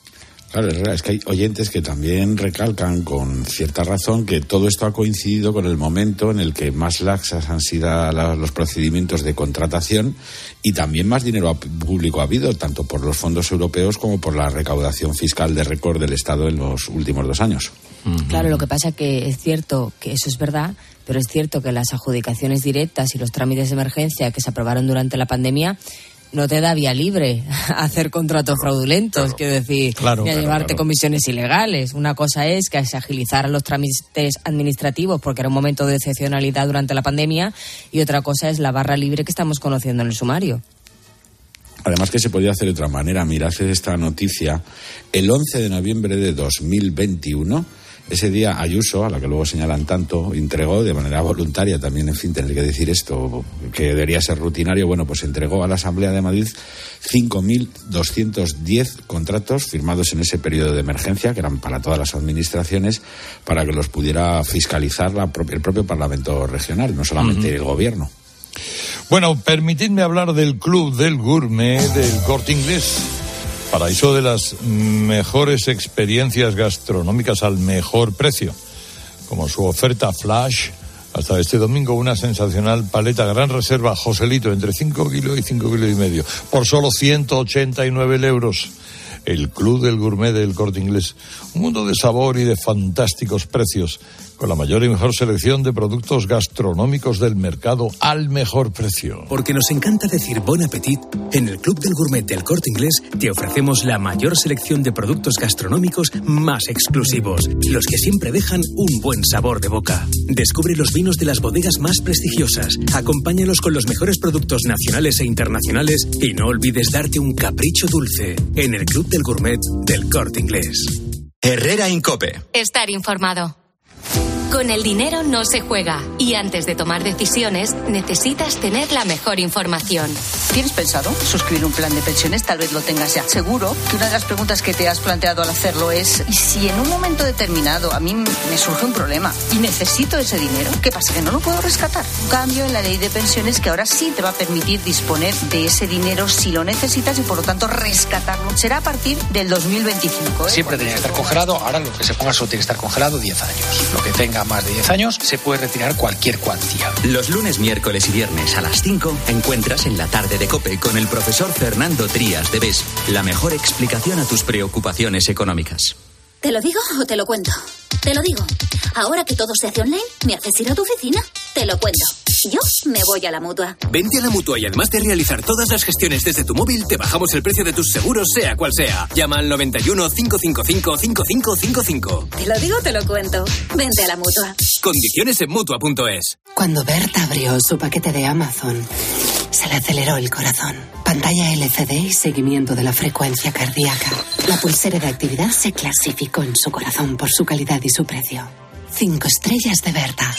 Claro, es que hay oyentes que también recalcan con cierta razón que todo esto ha coincidido con el momento en el que más laxas han sido los procedimientos de contratación y también más dinero público ha habido, tanto por los fondos europeos como por la recaudación fiscal de récord del Estado en los últimos 2 años. Claro, lo que pasa que es cierto que eso es verdad, pero es cierto que las adjudicaciones directas y los trámites de emergencia que se aprobaron durante la pandemia no te da vía libre a hacer contratos fraudulentos, quiero decir, ni a llevarte comisiones ilegales. Una cosa es que se agilizaran los trámites administrativos porque era un momento de excepcionalidad durante la pandemia, y otra cosa es la barra libre que estamos conociendo en el sumario. Además que se podía hacer de otra manera. Mirad esta noticia. El 11 de noviembre de 2021, ese día Ayuso, a la que luego señalan tanto, entregó de manera voluntaria, también, en fin, tener que decir esto, que debería ser rutinario, bueno, pues entregó a la Asamblea de Madrid 5.210 contratos firmados en ese periodo de emergencia, que eran para todas las administraciones, para que los pudiera fiscalizar el propio Parlamento regional, no solamente el Gobierno. Bueno, permitidme hablar del Club del Gourmet del Corte Inglés. Paraíso de las mejores experiencias gastronómicas al mejor precio. Como su oferta flash, hasta este domingo una sensacional paleta Gran Reserva Joselito entre 5 kilos y 5 kilos y medio, por solo 189 euros. El Club del Gourmet del Corte Inglés. Un mundo de sabor y de fantásticos precios, con la mayor y mejor selección de productos gastronómicos del mercado al mejor precio. Porque nos encanta decir bon appetit, en el Club del Gourmet del Corte Inglés te ofrecemos la mayor selección de productos gastronómicos más exclusivos, los que siempre dejan un buen sabor de boca. Descubre los vinos de las bodegas más prestigiosas, acompáñalos con los mejores productos nacionales e internacionales y no olvides darte un capricho dulce en el Club del Gourmet del Corte Inglés. Herrera Incope. Estar informado. Con el dinero no se juega, y antes de tomar decisiones necesitas tener la mejor información. ¿Tienes pensado suscribir un plan de pensiones? Tal vez lo tengas ya. Seguro que una de las preguntas que te has planteado al hacerlo es: ¿y si en un momento determinado a mí me surge un problema y necesito ese dinero? ¿Qué pasa, que no lo puedo rescatar? Un cambio en la ley de pensiones que ahora sí te va a permitir disponer de ese dinero si lo necesitas y por lo tanto rescatarlo. Será a partir del 2025. Siempre tenía que estar congelado, ahora lo que se ponga solo tiene que estar congelado 10 años. Lo que tenga más de 10 años se puede retirar cualquier cuantía. Los lunes, miércoles y viernes a las 5 encuentras en la tarde de COPE con el profesor Fernando Trías de BES la mejor explicación a tus preocupaciones económicas. ¿Te lo digo o te lo cuento? Te lo digo. Ahora que todo se hace online, ¿me haces ir a tu oficina? Te lo cuento. Yo me voy a la Mutua. Vente a la Mutua y además de realizar todas las gestiones desde tu móvil, te bajamos el precio de tus seguros, sea cual sea. Llama al 91 555 5555. Te lo digo, te lo cuento. Vente a la Mutua. Condiciones en Mutua.es. Cuando Berta abrió su paquete de Amazon, se le aceleró el corazón. Pantalla LCD y seguimiento de la frecuencia cardíaca. La pulsera de actividad se clasificó en su corazón por su calidad y su precio. 5 estrellas de Berta.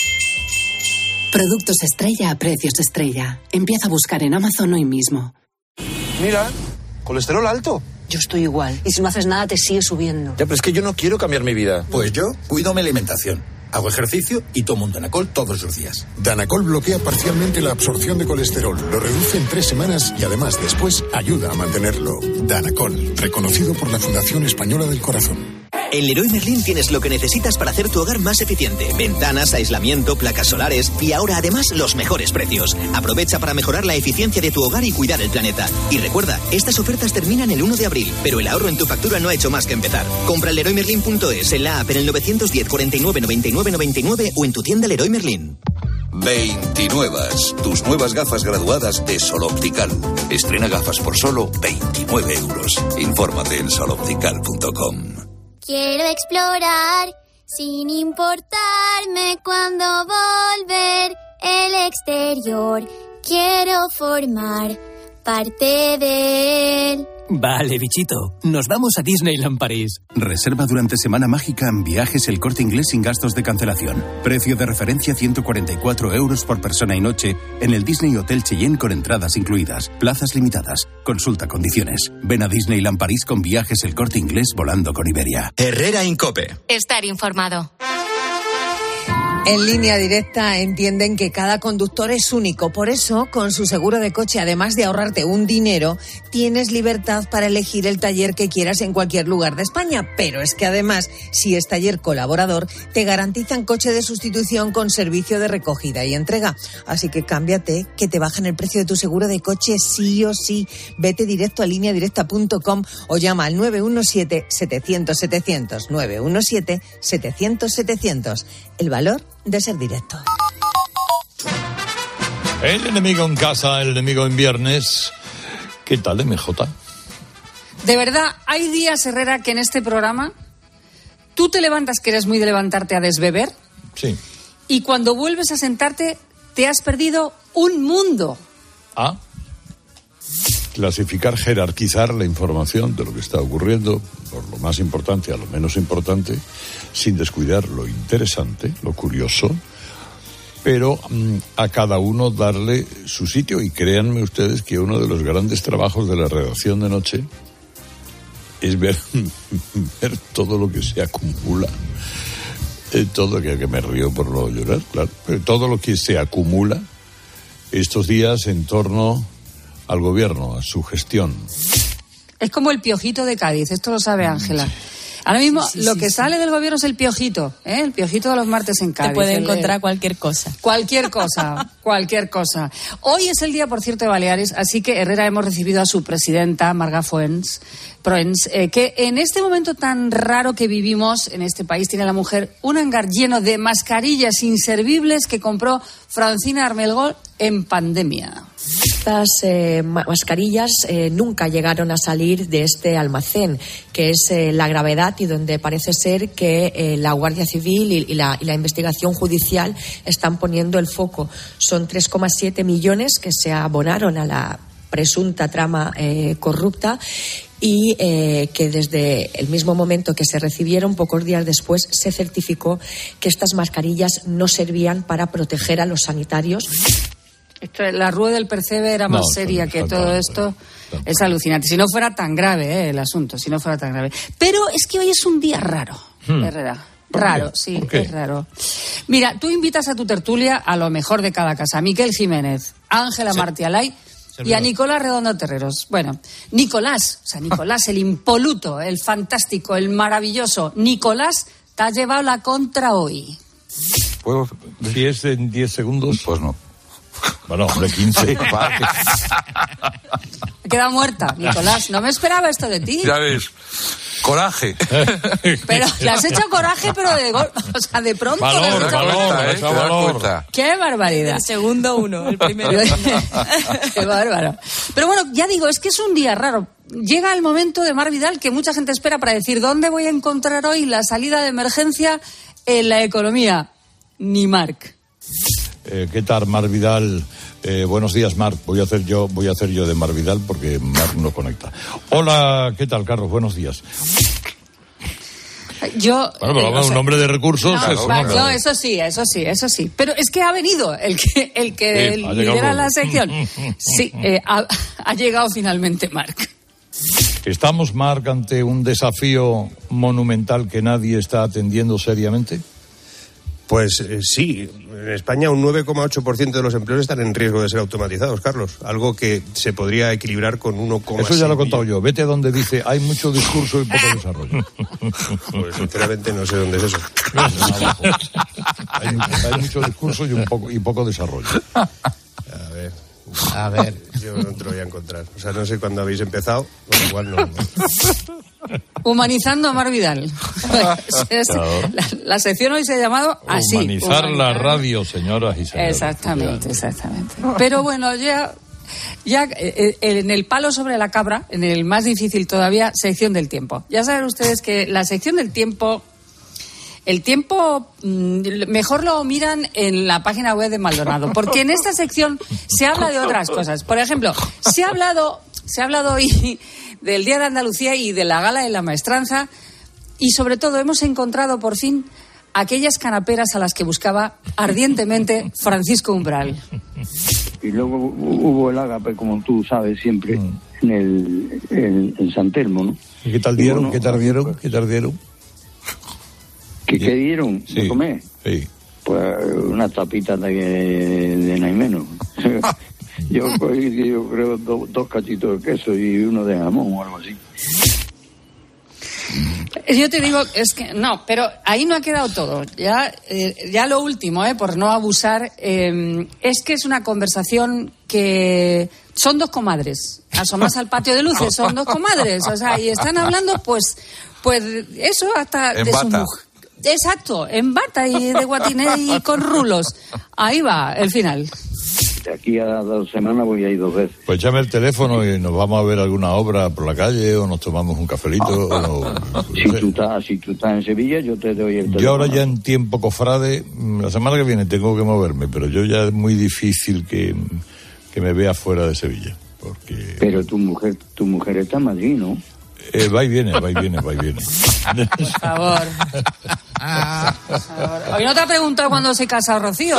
Productos estrella a precios estrella. Empieza a buscar en Amazon hoy mismo. Mira, colesterol alto. Yo estoy igual. Y si no haces nada, te sigue subiendo. Ya, pero es que yo no quiero cambiar mi vida. Pues yo cuido mi alimentación. Hago ejercicio y tomo un Danacol todos los días. Danacol bloquea parcialmente la absorción de colesterol, lo reduce en 3 semanas y además después ayuda a mantenerlo. Danacol, reconocido por la Fundación Española del Corazón. En Leroy Merlin tienes lo que necesitas para hacer tu hogar más eficiente. Ventanas, aislamiento, placas solares y ahora además los mejores precios. Aprovecha para mejorar la eficiencia de tu hogar y cuidar el planeta. Y recuerda, estas ofertas terminan el 1 de abril, pero el ahorro en tu factura no ha hecho más que empezar. Compra en LeroyMerlin.es, en la app, en el 910 49 99 99 o en tu tienda Leroy Merlin. 29. Tus nuevas gafas graduadas de Sol Optical. Estrena gafas por solo 29 euros. Infórmate en soloptical.com. Quiero explorar sin importarme cuándo volver el exterior. Quiero formar parte de él. Vale, bichito, nos vamos a Disneyland París. Reserva durante Semana Mágica en Viajes El Corte Inglés sin gastos de cancelación. Precio de referencia 144 euros por persona y noche en el Disney Hotel Cheyenne con entradas incluidas. Plazas limitadas. Consulta condiciones. Ven a Disneyland París con Viajes El Corte Inglés volando con Iberia. Herrera Incope. Estar informado. En Línea Directa entienden que cada conductor es único. Por eso, con su seguro de coche, además de ahorrarte un dinero, tienes libertad para elegir el taller que quieras en cualquier lugar de España. Pero es que además, si es taller colaborador, te garantizan coche de sustitución con servicio de recogida y entrega. Así que cámbiate, que te bajan el precio de tu seguro de coche sí o sí. Vete directo a lineadirecta.com o llama al 917-700-700. 917-700-700. El valor de ser directo. El enemigo en casa, el enemigo en viernes. ¿Qué tal, MJ? De verdad, hay días, Herrera, que en este programa tú te levantas, que eres muy de levantarte a desbeber. Sí. Y cuando vuelves a sentarte, te has perdido un mundo. Ah. Clasificar, jerarquizar la información de lo que está ocurriendo, por lo más importante a lo menos importante, sin descuidar lo interesante, lo curioso, pero a cada uno darle su sitio. Y créanme ustedes que uno de los grandes trabajos de la redacción de noche es ver todo lo que se acumula, todo, que me río por no llorar, claro, pero todo lo que se acumula estos días en torno al gobierno, a su gestión. Es como el piojito de Cádiz, esto lo sabe Ángela. Ahora mismo lo que sale del gobierno es el piojito, el piojito de los martes en Cádiz. Te puede encontrar cualquier cosa. Cualquier cosa, cualquier cosa. Hoy es el día, por cierto, de Baleares, así que, Herrera, hemos recibido a su presidenta, Marga Proens, que en este momento tan raro que vivimos en este país, tiene la mujer un hangar lleno de mascarillas inservibles que compró Francina Armengol en pandemia. Estas mascarillas nunca llegaron a salir de este almacén, que es la gravedad y donde parece ser que la Guardia Civil y la investigación judicial están poniendo el foco. Son 3,7 millones que se abonaron a la presunta trama corrupta y que desde el mismo momento que se recibieron, pocos días después, se certificó que estas mascarillas no servían para proteger a los sanitarios. La Rue del Percebe era más seria que todo esto. Es alucinante. Si no fuera tan grave el asunto, si no fuera tan grave. Pero es que hoy es un día raro, Herrera. Raro, sí, es raro. Mira, tú invitas a tu tertulia a lo mejor de cada casa. A Miquel Jiménez, a Ángela Martialay y a Nicolás Redondo Terreros. Bueno, Nicolás el impoluto, el fantástico, el maravilloso. Nicolás, te ha llevado la contra hoy. ¿Puedo? Si es en 10 segundos, pues no. Bueno, hombre, 15. Queda muerta, Nicolás. No me esperaba esto de ti. Ya ves, coraje. Pero le has hecho coraje, pero de pronto. Valor. ¡Qué barbaridad! El segundo uno, el primero. ¡Qué bárbaro! Pero bueno, ya digo, es que es un día raro. Llega el momento de Mar Vidal que mucha gente espera para decir ¿dónde voy a encontrar hoy la salida de emergencia en la economía? Ni Marc. ¿Qué tal, Mar Vidal? Buenos días, Marc. Voy a hacer yo de Mar Vidal porque Marc no conecta. Hola, ¿qué tal, Carlos? Buenos días. Un hombre de recursos. Eso sí. Pero es que ha venido el que lidera la sección. Sí, ha llegado finalmente Marc. ¿Estamos, Marc, ante un desafío monumental que nadie está atendiendo seriamente? Pues sí, en España un 9,8% de los empleos están en riesgo de ser automatizados, Carlos. Algo que se podría equilibrar con 1,6%. Eso ya lo he contado yo. Vete a donde dice hay mucho discurso y poco desarrollo. Pues sinceramente no sé dónde es eso. Hay mucho discurso y poco desarrollo. A ver, yo no te lo voy a encontrar. O sea, no sé cuándo habéis empezado, con lo cual no. Humanizando a Mar Vidal. La sección hoy se ha llamado así. Humanizar la radio, señoras y señores. Exactamente. Pero bueno, ya en el palo sobre la cabra, en el más difícil todavía, sección del tiempo. Ya saben ustedes que la sección del tiempo... El tiempo mejor lo miran en la página web de Maldonado, porque en esta sección se habla de otras cosas. Por ejemplo, se ha hablado hoy del Día de Andalucía y de la Gala de la Maestranza, y sobre todo hemos encontrado por fin aquellas canaperas a las que buscaba ardientemente Francisco Umbral. Y luego hubo el ágape, como tú sabes, siempre en San Telmo, ¿no? ¿Y qué tal dieron? ¿Qué tardieron? ¿Qué dieron de comer? Sí. Pues una tapita de nada y menos. Yo creo dos cachitos de queso y uno de jamón o algo así. Yo te digo, es que no, pero ahí no ha quedado todo. Ya lo último, por no abusar, es que es una conversación que son dos comadres. Asomas al patio de luces, son dos comadres. O sea, y están hablando, pues eso, hasta en de bata. su mujer. Exacto, en bata y de guatiné y con rulos. Ahí va, el final. De aquí a 2 semanas voy a ir 2 veces. Pues llame el teléfono y nos vamos a ver alguna obra por la calle o nos tomamos un cafelito. Si tú estás en Sevilla, yo te doy el teléfono. Yo ahora ya en tiempo cofrade, la semana que viene tengo que moverme, pero yo ya es muy difícil que me vea fuera de Sevilla. Porque... Pero tu mujer está en Madrid, ¿no? Va y viene. Por favor. Hoy no te ha preguntado cuándo se casa Rocío.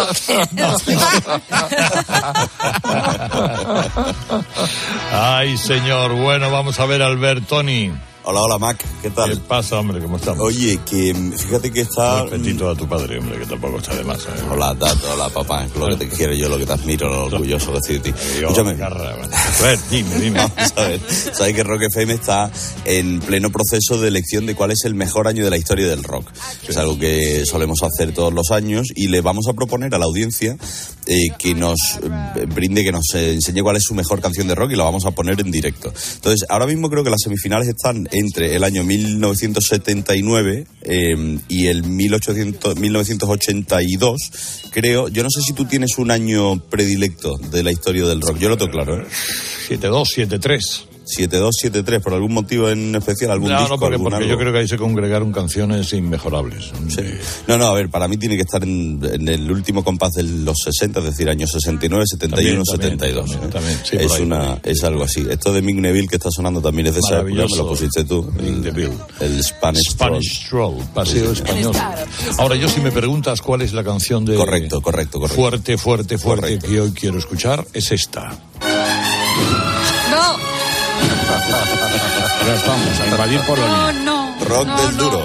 Ay, señor. Bueno, vamos a ver a Albertoni. Hola, Mac, ¿qué tal? ¿Qué pasa, hombre? ¿Cómo estamos? Oye, que fíjate que está... Respetito a tu padre, hombre, que tampoco está de más. Hola, Tato, hola, papá, lo que te quiero yo, lo que te admiro, lo orgulloso que estoy de ti. Escúchame. A ver, dime. Vamos a ver, sabes que Rock FM está en pleno proceso de elección de cuál es el mejor año de la historia del rock. Sí. Es algo que solemos hacer todos los años y le vamos a proponer a la audiencia que nos brinde, que nos enseñe cuál es su mejor canción de rock y la vamos a poner en directo. Entonces, ahora mismo creo que las semifinales están entre el año 1979 y el 1982, creo. Yo no sé si tú tienes un año predilecto de la historia del rock. Yo lo tengo claro, 72, 73. 7273, por algún motivo en especial, algún disco. No, porque yo creo que ahí se congregaron canciones inmejorables. Sí. No, a ver, para mí tiene que estar en el último compás de los 60, es decir, años 69, 71, 72. También, sí, es algo así. Esto de Mick Neville que está sonando también es de esa época, me lo pusiste tú. El Spanish Stroll, paseo español. Ahora, yo si me preguntas cuál es la canción de... Correcto. Fuerte, que hoy quiero escuchar, es esta. ¡No! Ya estamos, a invadir por la línea. No. Rock del duro.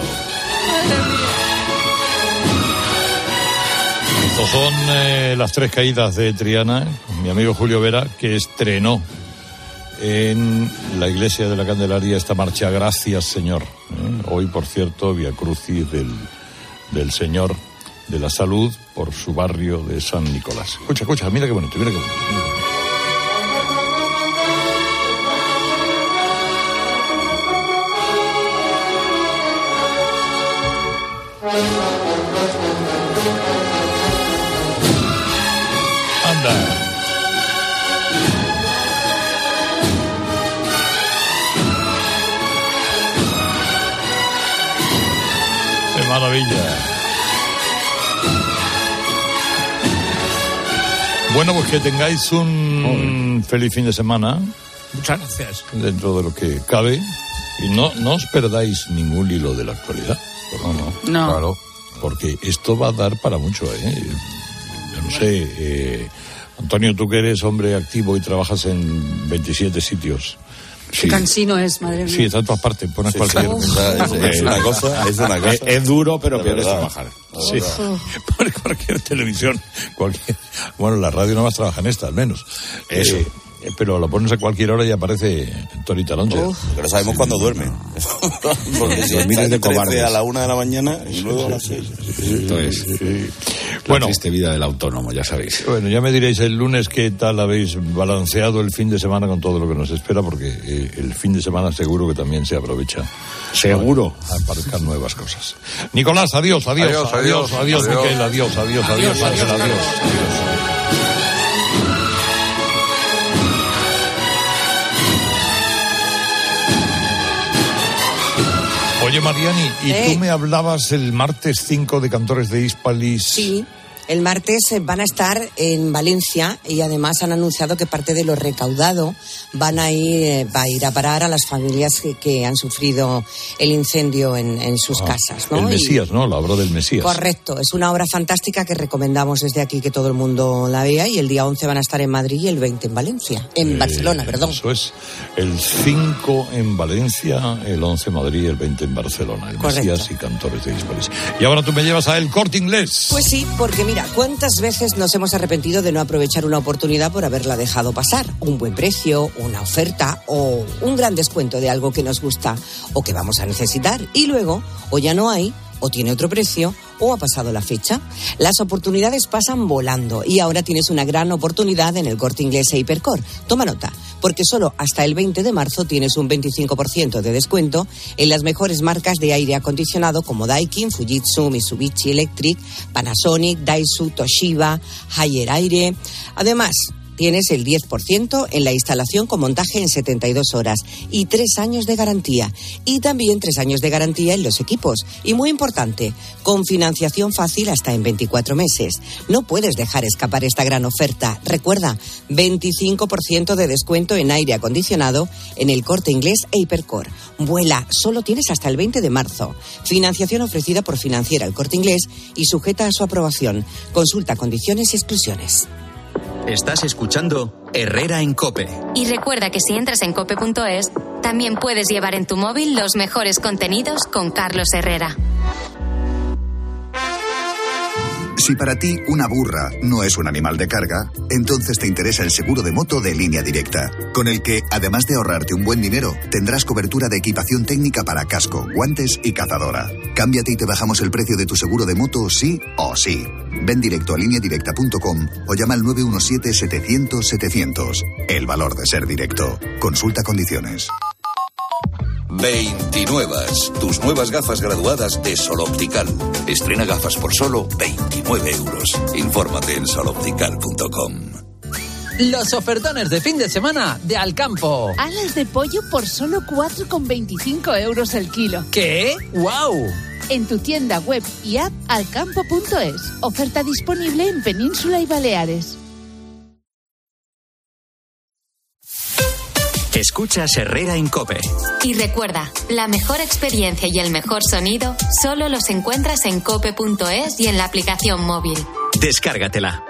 Estos son las 3 caídas de Triana, mi amigo Julio Vera, que estrenó en la iglesia de la Candelaria esta marcha Gracias Señor. Hoy, por cierto, Vía Crucis del Señor de la Salud por su barrio de San Nicolás. Escucha, mira qué bonito. Anda. ¡Qué maravilla! Bueno, pues que tengáis un feliz fin de semana. Muchas gracias. Dentro de lo que cabe. Y no os perdáis ningún hilo de la actualidad. No. Claro, porque esto va a dar para mucho, Yo no sé, Antonio, tú que eres hombre activo y trabajas en 27 sitios. Sí. Cansino es, madre mía. Sí, está en todas partes, pones cualquier... Es una cosa. Es duro, pero peor es trabajar. Sí, pones cualquier televisión, bueno, la radio no más trabaja en esta, al menos. Eso. Pero lo pones a cualquier hora y aparece Tony Taloncha. Pero sabemos cuándo duerme. Porque si miras de cobarde a la 1 de la mañana y luego a las 6. Esto es la triste vida del autónomo, ya sabéis. Bueno, ya me diréis el lunes qué tal habéis balanceado el fin de semana con todo lo que nos espera, porque el fin de semana seguro que también se aprovecha. Seguro. Para aparezcan nuevas cosas. Nicolás, adiós, Miquel, adiós, Ángel, adiós. Oye, Mariani, ¿y tú me hablabas el martes 5 de Cantores de Hispalis? Sí, El martes van a estar en Valencia y además han anunciado que parte de lo recaudado va a ir a parar a las familias que han sufrido el incendio en sus casas, ¿no? El Mesías, ¿no? La obra del Mesías. Correcto, es una obra fantástica que recomendamos desde aquí que todo el mundo la vea, y el día 11 van a estar en Madrid y el 20 en Valencia, en Barcelona, perdón. Eso es, el 5 en Valencia, el 11 en Madrid y el 20 en Barcelona. El Correcto. Mesías y Cantores de Hispalis. Y ahora tú me llevas a El Corte Inglés. Pues sí, porque mira, ¿cuántas veces nos hemos arrepentido de no aprovechar una oportunidad por haberla dejado pasar? Un buen precio, una oferta o un gran descuento de algo que nos gusta o que vamos a necesitar, y luego o ya no hay, o tiene otro precio, o ha pasado la fecha. Las oportunidades pasan volando y ahora tienes una gran oportunidad en el Corte Inglés e Hipercor. Toma nota, porque solo hasta el 20 de marzo tienes un 25% de descuento en las mejores marcas de aire acondicionado como Daikin, Fujitsu, Mitsubishi Electric, Panasonic, Daisu, Toshiba, Haier Aire. Además, tienes el 10% en la instalación con montaje en 72 horas y 3 años de garantía. Y también 3 años de garantía en los equipos. Y muy importante, con financiación fácil hasta en 24 meses. No puedes dejar escapar esta gran oferta. Recuerda, 25% de descuento en aire acondicionado en el Corte Inglés e Hipercor. Vuela, solo tienes hasta el 20 de marzo. Financiación ofrecida por Financiera El Corte Inglés y sujeta a su aprobación. Consulta condiciones y exclusiones. Estás escuchando Herrera en COPE. Y recuerda que si entras en cope.es, también puedes llevar en tu móvil los mejores contenidos con Carlos Herrera. Si para ti una burra no es un animal de carga, entonces te interesa el seguro de moto de Línea Directa, con el que, además de ahorrarte un buen dinero, tendrás cobertura de equipación técnica para casco, guantes y cazadora. Cámbiate y te bajamos el precio de tu seguro de moto sí o sí. Ven directo a lineadirecta.com o llama al 917-700-700. El valor de ser directo. Consulta condiciones. 29. Tus nuevas gafas graduadas de Sol Optical. Estrena gafas por solo 29 euros. Infórmate en soloptical.com. Los ofertones de fin de semana de Alcampo. Alas de pollo por solo 4,25 euros el kilo. ¿Qué? ¡Guau! En tu tienda web y app alcampo.es. Oferta disponible en Península y Baleares. Escuchas Herrera en COPE. Y recuerda, la mejor experiencia y el mejor sonido solo los encuentras en cope.es y en la aplicación móvil. Descárgatela.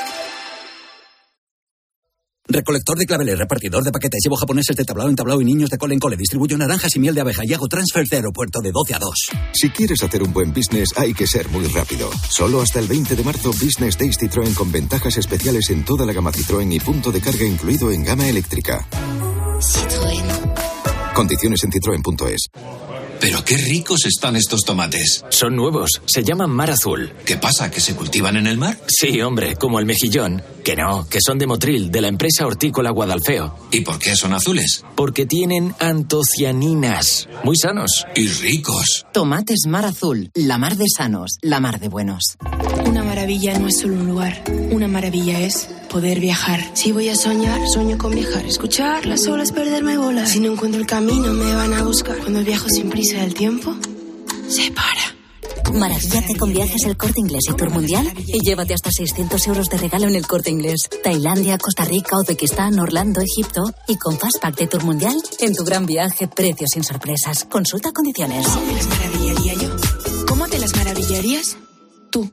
Recolector de claveles, repartidor de paquetes, llevo japoneses de tablao en tablao y niños de cole en cole, distribuyo naranjas y miel de abeja y hago transfers de aeropuerto de 12 a 2. Si quieres hacer un buen business hay que ser muy rápido. Solo hasta el 20 de marzo Business Days Citroën con ventajas especiales en toda la gama Citroën y punto de carga incluido en gama eléctrica. Citroën. Condiciones en citroen.es. Pero qué ricos están estos tomates. Son nuevos, se llaman Mar Azul. ¿Qué pasa, que se cultivan en el mar? Sí, hombre, como el mejillón. Que no, que son de Motril, de la empresa hortícola Guadalfeo. ¿Y por qué son azules? Porque tienen antocianinas. Muy sanos. Y ricos. Tomates Mar Azul, la mar de sanos, la mar de buenos. Una maravilla no es solo un lugar. Una maravilla es poder viajar. Si voy a soñar, sueño con viajar. Escuchar las olas, perderme bolas. Si no encuentro el camino, me van a buscar. Cuando viajo sin prisa, el tiempo se para. Maravíllate con Viajes El Corte Inglés y Tour Mundial y llévate hasta 600 euros de regalo en El Corte Inglés. Tailandia, Costa Rica, Uzbekistán, Orlando, Egipto. Y con Fastpack de Tour Mundial, en tu gran viaje, precios sin sorpresas. Consulta condiciones. ¿Cómo te las maravillaría yo? ¿Cómo te las maravillarías tú?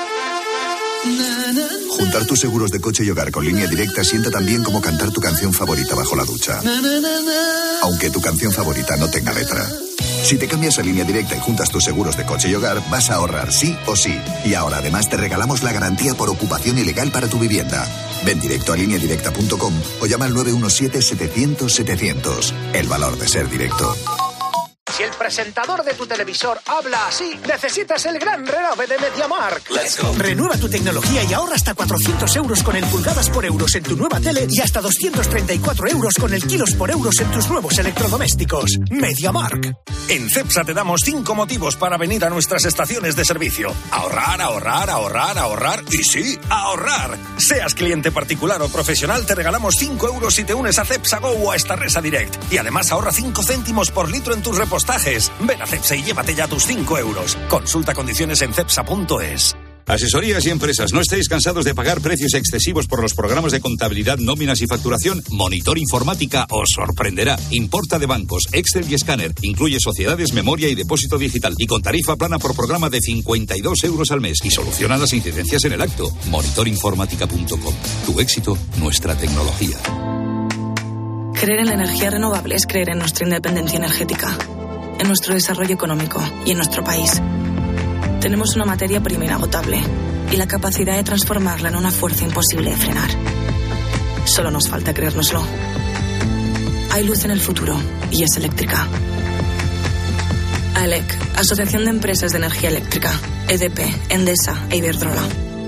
Juntar tus seguros de coche y hogar con Línea Directa sienta tan bien como cantar tu canción favorita bajo la ducha. Aunque tu canción favorita no tenga letra. Si te cambias a Línea Directa y juntas tus seguros de coche y hogar, vas a ahorrar sí o sí. Y ahora además te regalamos la garantía por ocupación ilegal para tu vivienda. Ven directo a lineadirecta.com o llama al 917-700-700. El valor de ser directo. Si el presentador de tu televisor habla así, necesitas el gran renove de MediaMarkt. Let's go. Renueva tu tecnología y ahorra hasta 400 euros con el pulgadas por euros en tu nueva tele y hasta 234 euros con el kilos por euros en tus nuevos electrodomésticos. MediaMarkt. En Cepsa te damos 5 motivos para venir a nuestras estaciones de servicio. Ahorrar, ahorrar, ahorrar, ahorrar y sí, ahorrar. Seas cliente particular o profesional, te regalamos 5 euros si te unes a Cepsa Go o a Starresa Direct. Y además ahorra 5 céntimos por litro en tus repostajes. Ven a Cepsa y llévate ya tus 5 euros. Consulta condiciones en cepsa.es. Asesorías y empresas, ¿no estáis cansados de pagar precios excesivos por los programas de contabilidad, nóminas y facturación? Monitor Informática os sorprenderá. Importa de bancos, Excel y escáner. Incluye sociedades, memoria y depósito digital. Y con tarifa plana por programa de 52 euros al mes. Y soluciona las incidencias en el acto. Monitorinformática.com. Tu éxito, nuestra tecnología. Creer en la energía renovable es creer en nuestra independencia energética, en nuestro desarrollo económico y en nuestro país. Tenemos una materia prima inagotable y la capacidad de transformarla en una fuerza imposible de frenar. Solo nos falta creérnoslo. Hay luz en el futuro y es eléctrica. AELEC, Asociación de Empresas de Energía Eléctrica, EDP, Endesa e Iberdrola.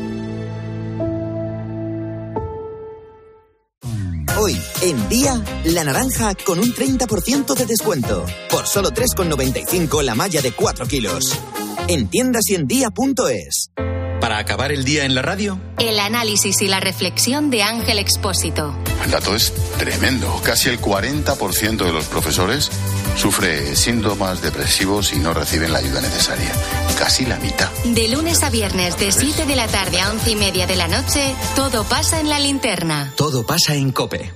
Hoy, en Día, la naranja con un 30% de descuento. Por solo 3,95 la malla de 4 kilos. En tiendas y en día.es. Para acabar el día en la radio, el análisis y la reflexión de Ángel Expósito. El dato es tremendo. Casi el 40% de los profesores sufre síntomas depresivos y no reciben la ayuda necesaria. Casi la mitad. De lunes a viernes, de 7 de la tarde a 11:30 de la noche, todo pasa en La Linterna. Todo pasa en COPE.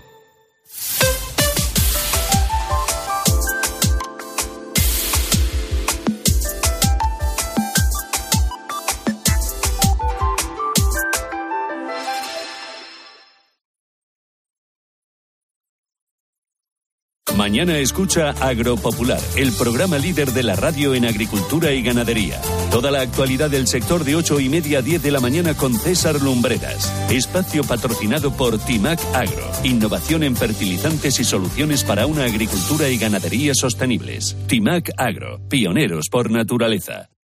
Mañana escucha Agropopular, el programa líder de la radio en agricultura y ganadería. Toda la actualidad del sector de 8:30 a 10 de la mañana con César Lumbreras. Espacio patrocinado por Timac Agro. Innovación en fertilizantes y soluciones para una agricultura y ganadería sostenibles. Timac Agro, pioneros por naturaleza.